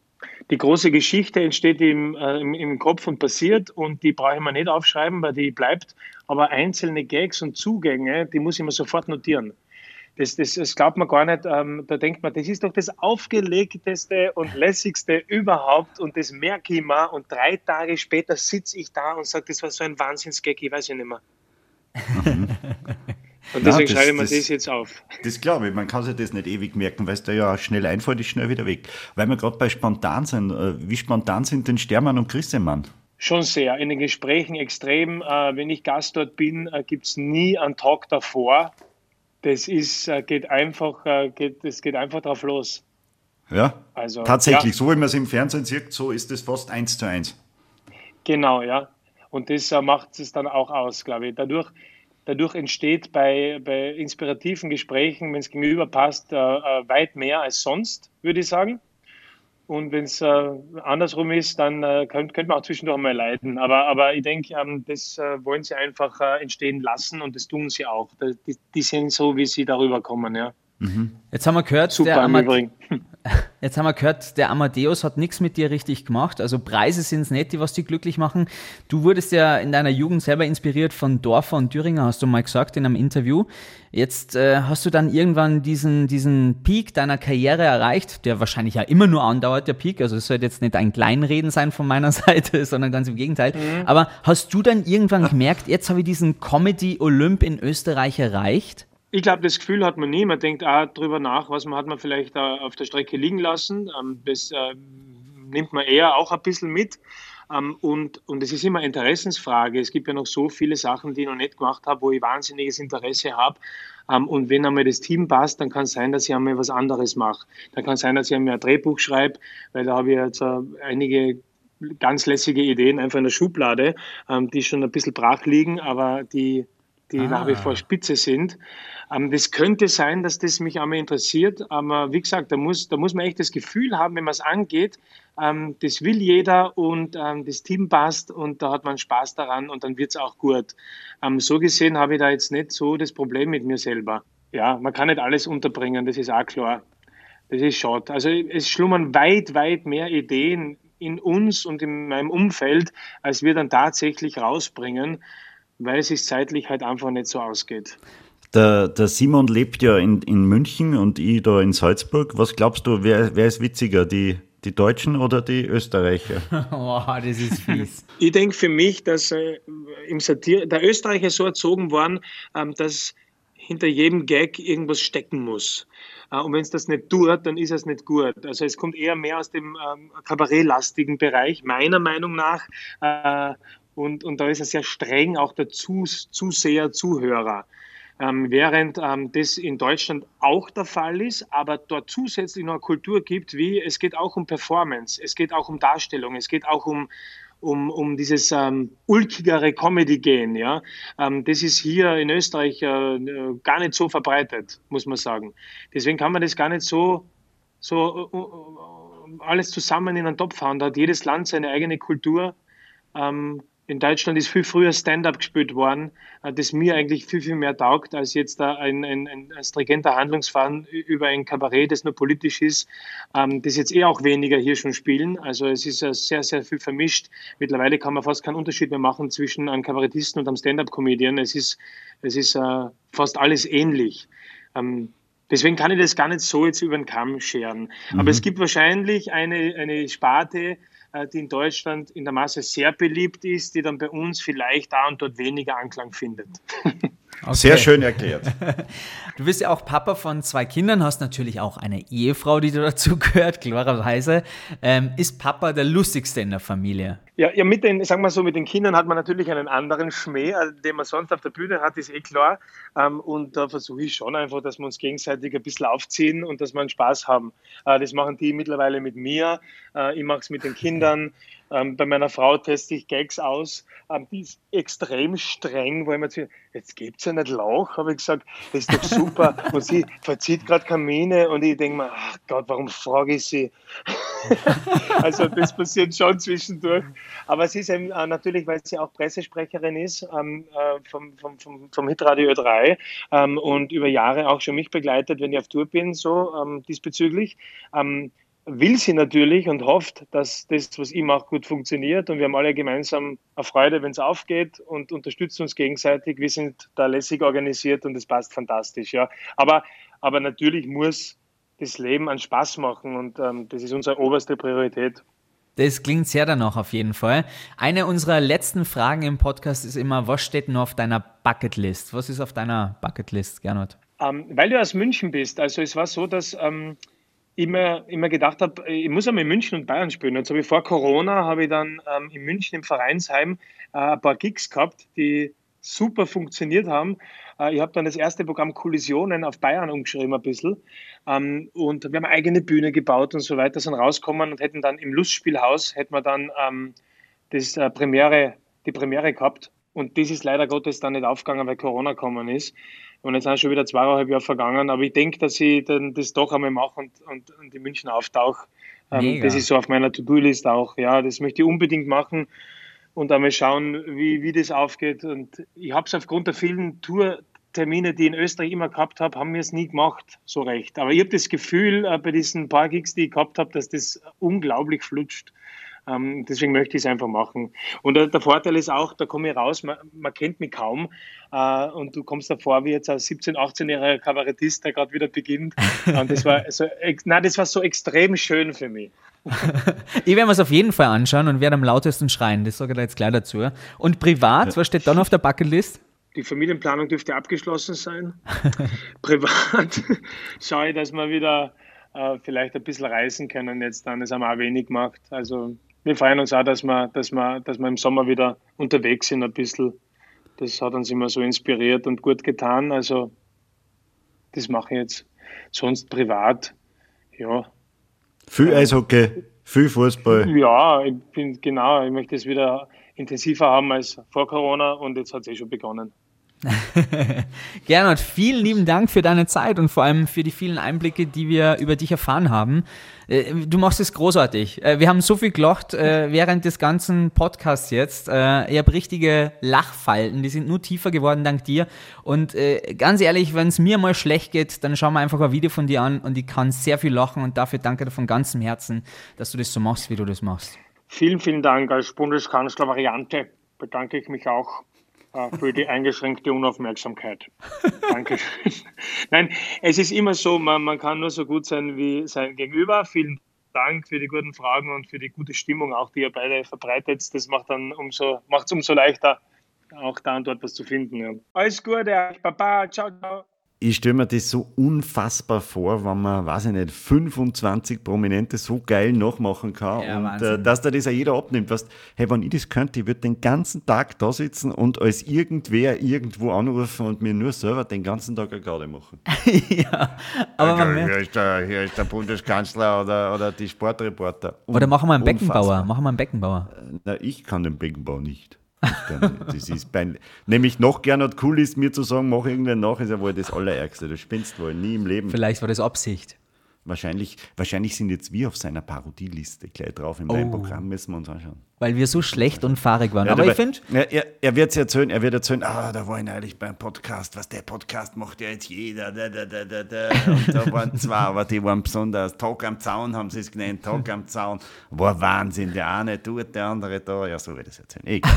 Die große Geschichte entsteht im, äh, im, im Kopf und passiert und die brauche ich mir nicht aufschreiben, weil die bleibt. Aber einzelne Gags und Zugänge, die muss ich mir sofort notieren. Das, das, das glaubt man gar nicht. Ähm, da denkt man, das ist doch das aufgelegteste und lässigste überhaupt und das merke ich mir. Und drei Tage später sitze ich da und sage, das war so ein Wahnsinnsgag, ich weiß ja nicht mehr. Mhm. Und deswegen ja, schreibe ich mir das, das jetzt auf. Das glaube ich, man kann sich das nicht ewig merken, weil es da ja schnell einfällt, ist schnell wieder weg. Weil wir gerade bei spontan sind, wie spontan sind denn Stermann und Christemann? Schon sehr, in den Gesprächen extrem. Äh, wenn ich Gast dort bin, äh, gibt es nie einen Talk davor. Das ist, äh, geht einfach, äh, geht, das geht einfach drauf los. Ja, also, tatsächlich, ja. So wie man es im Fernsehen sieht, so ist es fast eins zu eins. Genau, ja. Und das äh, macht es dann auch aus, glaube ich. Dadurch Dadurch entsteht bei, bei inspirativen Gesprächen, wenn es gegenüber passt, äh, weit mehr als sonst, würde ich sagen. Und wenn es äh, andersrum ist, dann äh, könnte könnt man auch zwischendurch mal leiden. Aber, aber ich denke, ähm, das äh, wollen sie einfach äh, entstehen lassen und das tun sie auch. Die, die sind so, wie sie darüber kommen, ja. Mhm. Jetzt haben wir gehört, Super, der im Übrigen. Jetzt haben wir gehört, der Amadeus hat nichts mit dir richtig gemacht. Also Preise sind es nicht, die was dich glücklich machen. Du wurdest ja in deiner Jugend selber inspiriert von Dorfer und Thüringer, hast du mal gesagt in einem Interview. Jetzt äh, hast du dann irgendwann diesen, diesen Peak deiner Karriere erreicht, der wahrscheinlich ja immer nur andauert, der Peak. Also es sollte jetzt nicht ein Kleinreden sein von meiner Seite, sondern ganz im Gegenteil. Mhm. Aber hast du dann irgendwann gemerkt, jetzt habe ich diesen Comedy-Olymp in Österreich erreicht? Ich glaube, das Gefühl hat man nie. Man denkt auch drüber nach, was man hat man vielleicht äh, auf der Strecke liegen lassen. Ähm, das äh, nimmt man eher auch ein bisschen mit. Ähm, und, und es ist immer eine Interessensfrage. Es gibt ja noch so viele Sachen, die ich noch nicht gemacht habe, wo ich wahnsinniges Interesse habe. Ähm, und wenn einmal das Team passt, dann kann es sein, dass ich einmal was anderes mache. Dann kann es sein, dass ich einmal ein Drehbuch schreibe, weil da habe ich jetzt äh, einige ganz lässige Ideen einfach in der Schublade, ähm, die schon ein bisschen brach liegen, aber die die ah. nach wie vor spitze sind. Ähm, das könnte sein, dass das mich einmal interessiert, aber wie gesagt, da muss, da muss man echt das Gefühl haben, wenn man es angeht, ähm, das will jeder und ähm, das Team passt und da hat man Spaß daran und dann wird es auch gut. Ähm, so gesehen habe ich da jetzt nicht so das Problem mit mir selber. Ja, man kann nicht alles unterbringen, das ist auch klar. Das ist schade. Also es schlummern weit, weit mehr Ideen in uns und in meinem Umfeld, als wir dann tatsächlich rausbringen, weil es sich zeitlich halt einfach nicht so ausgeht. Der, der Simon lebt ja in, in München und ich da in Salzburg. Was glaubst du, wer, wer ist witziger, die, Die Deutschen oder die Österreicher? Oh, das ist fies. Ich denke für mich, dass äh, im Satir der Österreicher so erzogen worden, ähm, dass hinter jedem Gag irgendwas stecken muss. Äh, und wenn es das nicht tut, dann ist es nicht gut. Also es kommt eher mehr aus dem ähm, kabarettlastigen Bereich, meiner Meinung nach. Äh, und, und da ist er sehr streng, auch der Zus Zuseher, Zuhörer. Ähm, während ähm, das in Deutschland auch der Fall ist, aber dort zusätzlich noch eine Kultur gibt, wie es geht auch um Performance, es geht auch um Darstellung, es geht auch um, um, um dieses ähm, ulkigere Comedy-Gehen. Ja? Ähm, das ist hier in Österreich äh, gar nicht so verbreitet, muss man sagen. Deswegen kann man das gar nicht so, so uh, alles zusammen in einen Topf hauen. Da hat jedes Land seine eigene Kultur. Ähm, In Deutschland ist viel früher Stand-up gespielt worden, das mir eigentlich viel, viel mehr taugt, als jetzt da ein, ein, ein stringenter Handlungsfaden über ein Kabarett, das nur politisch ist, ähm, das jetzt eh auch weniger hier schon spielen. Also es ist sehr, sehr viel vermischt. Mittlerweile kann man fast keinen Unterschied mehr machen zwischen einem Kabarettisten und einem Stand-up-Comedian. Es ist, es ist äh, fast alles ähnlich. Ähm, Deswegen kann ich das gar nicht so jetzt über den Kamm scheren. Mhm. Aber es gibt wahrscheinlich eine, eine Sparte, die in Deutschland in der Masse sehr beliebt ist, die dann bei uns vielleicht da und dort weniger Anklang findet. Okay. Sehr schön erklärt. Du bist ja auch Papa von zwei Kindern, hast natürlich auch eine Ehefrau, die dazu gehört, klarerweise. Ähm, ist Papa der lustigste in der Familie? Ja, ja, mit den, sagen wir so, mit den Kindern hat man natürlich einen anderen Schmäh, den man sonst auf der Bühne hat, ist eh klar. Ähm, und da versuche ich schon einfach, dass wir uns gegenseitig ein bisschen aufziehen und dass wir einen Spaß haben. Äh, das machen die mittlerweile mit mir. Äh, ich mache es mit den Kindern. Ähm, bei meiner Frau teste ich Gags aus. Ähm, die ist extrem streng, wo ich mir jetzt, jetzt gibt es ja nicht Lauch, habe ich gesagt, das ist doch super. Und sie verzieht gerade keine Miene und ich denke mir, ach Gott, warum frage ich sie? Also das passiert schon zwischendurch. Aber sie ist eben äh, natürlich, weil sie auch Pressesprecherin ist ähm, äh, vom, vom, vom, vom Hitradio Ö drei ähm, und über Jahre auch schon mich begleitet, wenn ich auf Tour bin, so ähm, diesbezüglich. Ähm, will sie natürlich und hofft, dass das, was ich mache, gut funktioniert und wir haben alle gemeinsam eine Freude, wenn es aufgeht und unterstützen uns gegenseitig. Wir sind da lässig organisiert und es passt fantastisch. Ja. Aber, aber natürlich muss das Leben einen Spaß machen und ähm, das ist unsere oberste Priorität. Das klingt sehr danach auf jeden Fall. Eine unserer letzten Fragen im Podcast ist immer, was steht noch auf deiner Bucketlist? Was ist auf deiner Bucketlist, Gernot? Ähm, weil du aus München bist, also es war so, dass ähm, immer, immer gedacht habe, ich muss einmal in München und Bayern spielen. Jetzt habe ich vor Corona, habe ich dann ähm, in München im Vereinsheim äh, ein paar Gigs gehabt, die super funktioniert haben. Äh, ich habe dann das erste Programm Kollisionen auf Bayern umgeschrieben ein bisschen. Ähm, und wir haben eine eigene Bühne gebaut und so weiter, sind rausgekommen und hätten dann im Lustspielhaus, hätten wir dann ähm, das, äh, Premiere, die Premiere gehabt. Und das ist leider Gottes dann nicht aufgegangen, weil Corona gekommen ist. Und jetzt sind schon wieder zweieinhalb Jahre vergangen. Aber ich denke, dass ich dann das doch einmal mache und, und, und in München auftauche. Ähm, das ist so auf meiner To-Do-List auch. Ja, das möchte ich unbedingt machen und einmal schauen, wie, wie das aufgeht. Und ich habe es aufgrund der vielen Tourtermine, die ich in Österreich immer gehabt habe, haben wir es nie gemacht, so recht. Aber ich habe das Gefühl, äh, bei diesen paar Gigs, die ich gehabt habe, dass das unglaublich flutscht. Ähm, deswegen möchte ich es einfach machen. Und äh, der Vorteil ist auch, da komme ich raus, man, man kennt mich kaum äh, und du kommst davor wie jetzt ein siebzehn-, achtzehnjähriger Kabarettist, der gerade wieder beginnt. Und das war, so, nein, das war so extrem schön für mich. Ich werde mir es auf jeden Fall anschauen und werde am lautesten schreien, das sage ich da jetzt gleich dazu. Und privat, ja. Was steht dann auf der Bucketlist? Die Familienplanung dürfte abgeschlossen sein. Privat schaue ich, dass wir wieder äh, vielleicht ein bisschen reisen können jetzt dann. Das haben wir auch wenig gemacht. Also wir freuen uns auch, dass wir, dass wir, dass wir im Sommer wieder unterwegs sind ein bisschen. Das hat uns immer so inspiriert und gut getan. Also das mache ich jetzt. Sonst privat, ja. Viel Eishockey, viel Fußball. Ja, ich bin genau. Ich möchte es wieder intensiver haben als vor Corona und jetzt hat es eh schon begonnen. Gernot, vielen lieben Dank für deine Zeit und vor allem für die vielen Einblicke, die wir über dich erfahren haben. Du machst es großartig. Wir haben so viel gelacht während des ganzen Podcasts jetzt. Ich habe richtige Lachfalten, die sind nur tiefer geworden dank dir. Und ganz ehrlich, wenn es mir mal schlecht geht, dann schauen wir einfach ein Video von dir an und ich kann sehr viel lachen und dafür danke dir von ganzem Herzen, dass du das so machst, wie du das machst. Vielen, vielen Dank. Als Bundeskanzler-Variante bedanke ich mich auch für die eingeschränkte Unaufmerksamkeit. Dankeschön. Nein, es ist immer so, man, man kann nur so gut sein wie sein Gegenüber. Vielen Dank für die guten Fragen und für die gute Stimmung, auch die ihr beide verbreitet. Das macht dann umso, macht es umso leichter, auch da und dort was zu finden. Ja. Alles Gute, Baba, ciao, ciao. Ich stelle mir das so unfassbar vor, wenn man, weiß ich nicht, fünfundzwanzig Prominente so geil nachmachen kann Ja, und Wahnsinn. äh, dass da das auch jeder abnimmt. Weißt, hey, wenn ich das könnte, ich würde den ganzen Tag da sitzen und als irgendwer irgendwo anrufen und mir nur selber den ganzen Tag eine Garde machen. ja, aber man merkt, hier, ist der, hier ist der Bundeskanzler oder, oder die Sportreporter. oder machen wir einen Beckenbauer, Unfassbar. machen wir einen Beckenbauer. Na, ich kann den Beckenbau nicht. Das, kann, das ist peinlich. Nämlich noch gern und cool ist, mir zu sagen, mach irgendwann nach, ist ja wohl das Allerärgste. Du spinnst wohl nie im Leben. Vielleicht war das Absicht. Wahrscheinlich, wahrscheinlich sind jetzt wir auf seiner Parodieliste gleich drauf. Im Oh. neuen Programm müssen wir uns anschauen. Weil wir so schlecht und fahrig waren. Ja, aber dabei- ich finde, Er, er, er wird es erzählen, er wird erzählen, ah, da war ich neulich beim Podcast, was der Podcast macht ja jetzt jeder. Da, da, da, da, da. Und da waren zwei, aber die waren besonders. Tag am Zaun haben sie es genannt, Tag am Zaun. War Wahnsinn, der eine tut, der andere da. Ja, so wird es erzählen. Egal.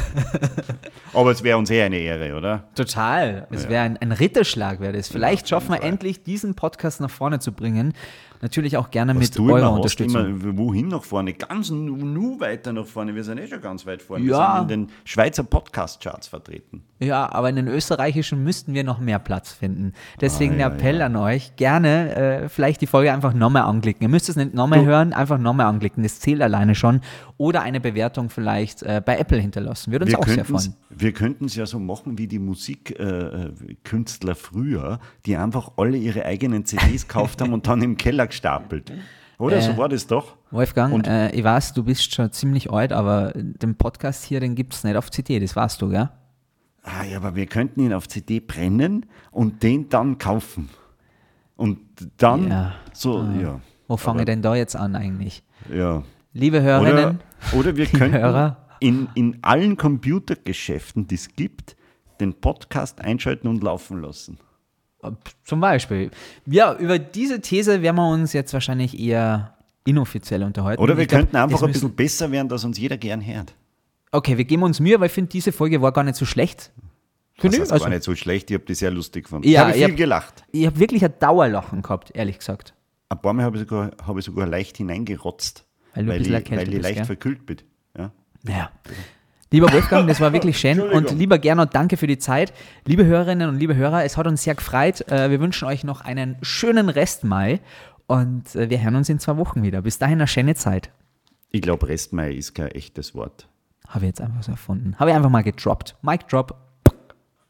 Aber es wäre uns eh eine Ehre, oder? total. Es wäre ein, ein Ritterschlag, wäre das. Vielleicht schaffen wir endlich, diesen Podcast nach vorne zu bringen. Natürlich auch gerne mit du eurer immer hast, Unterstützung. immer, wohin nach vorne? Ganz nu, nu weiter nach vorne. Wir sind eh schon ganz weit vorne. Ja. Wir sind in den Schweizer Podcast-Charts vertreten. Ja, aber in den österreichischen müssten wir noch mehr Platz finden. Deswegen Ah, der ja, Appell ja. an euch, gerne äh, vielleicht die Folge einfach nochmal anklicken. Ihr müsst es nicht nochmal hören, einfach nochmal anklicken. Das zählt alleine schon. Oder eine Bewertung vielleicht äh, bei Apple hinterlassen. Würde uns Wir auch sehr könnten's- freuen. Wir könnten es ja so machen wie die Musikkünstler früher, die einfach alle ihre eigenen C Ds gekauft haben und dann im Keller gestapelt. Oder? Äh, so war das doch. Wolfgang, Und- äh, ich weiß, du bist schon ziemlich alt, aber den Podcast hier, den gibt es nicht auf C D, das weißt du, gell? Ah ja, aber wir könnten ihn auf C D brennen und den dann kaufen. Und dann Ja. so, ja. Wo fange ich denn da jetzt an eigentlich? ja. Liebe Oder, Hörerinnen, oder wir liebe könnten Hörer. in, in allen Computergeschäften, die es gibt, den Podcast einschalten und laufen lassen. zum Beispiel. Ja, über diese These werden wir uns jetzt wahrscheinlich eher inoffiziell unterhalten. Oder wir Ich glaub, könnten einfach es ein müssen- bisschen besser werden, dass uns jeder gern hört. Okay, wir geben uns Mühe, weil ich finde, diese Folge war gar nicht so schlecht. Das Finde ich. ist Also, gar nicht so schlecht, ich habe das sehr lustig gefunden. Ja, ich habe ich viel hab- gelacht. ich habe wirklich ein Dauerlachen gehabt, ehrlich gesagt. Ein paar Mal habe ich sogar, habe ich sogar leicht hineingerotzt, Weil du ein weil, bisschen ich, erkältet weil ich bist, leicht gell? verkühlt bin. Ja. Naja. Lieber Wolfgang, das war wirklich schön. Und Entschuldigung. lieber Gernot, danke für die Zeit. Liebe Hörerinnen und liebe Hörer, es hat uns sehr gefreut. Äh, Wir wünschen euch noch einen schönen Rest Mai und äh, wir hören uns in zwei Wochen wieder. Bis dahin eine schöne Zeit. Ich glaube, Restmai ist kein echtes Wort. Habe ich jetzt einfach so erfunden. Habe ich einfach mal gedroppt. Mic drop.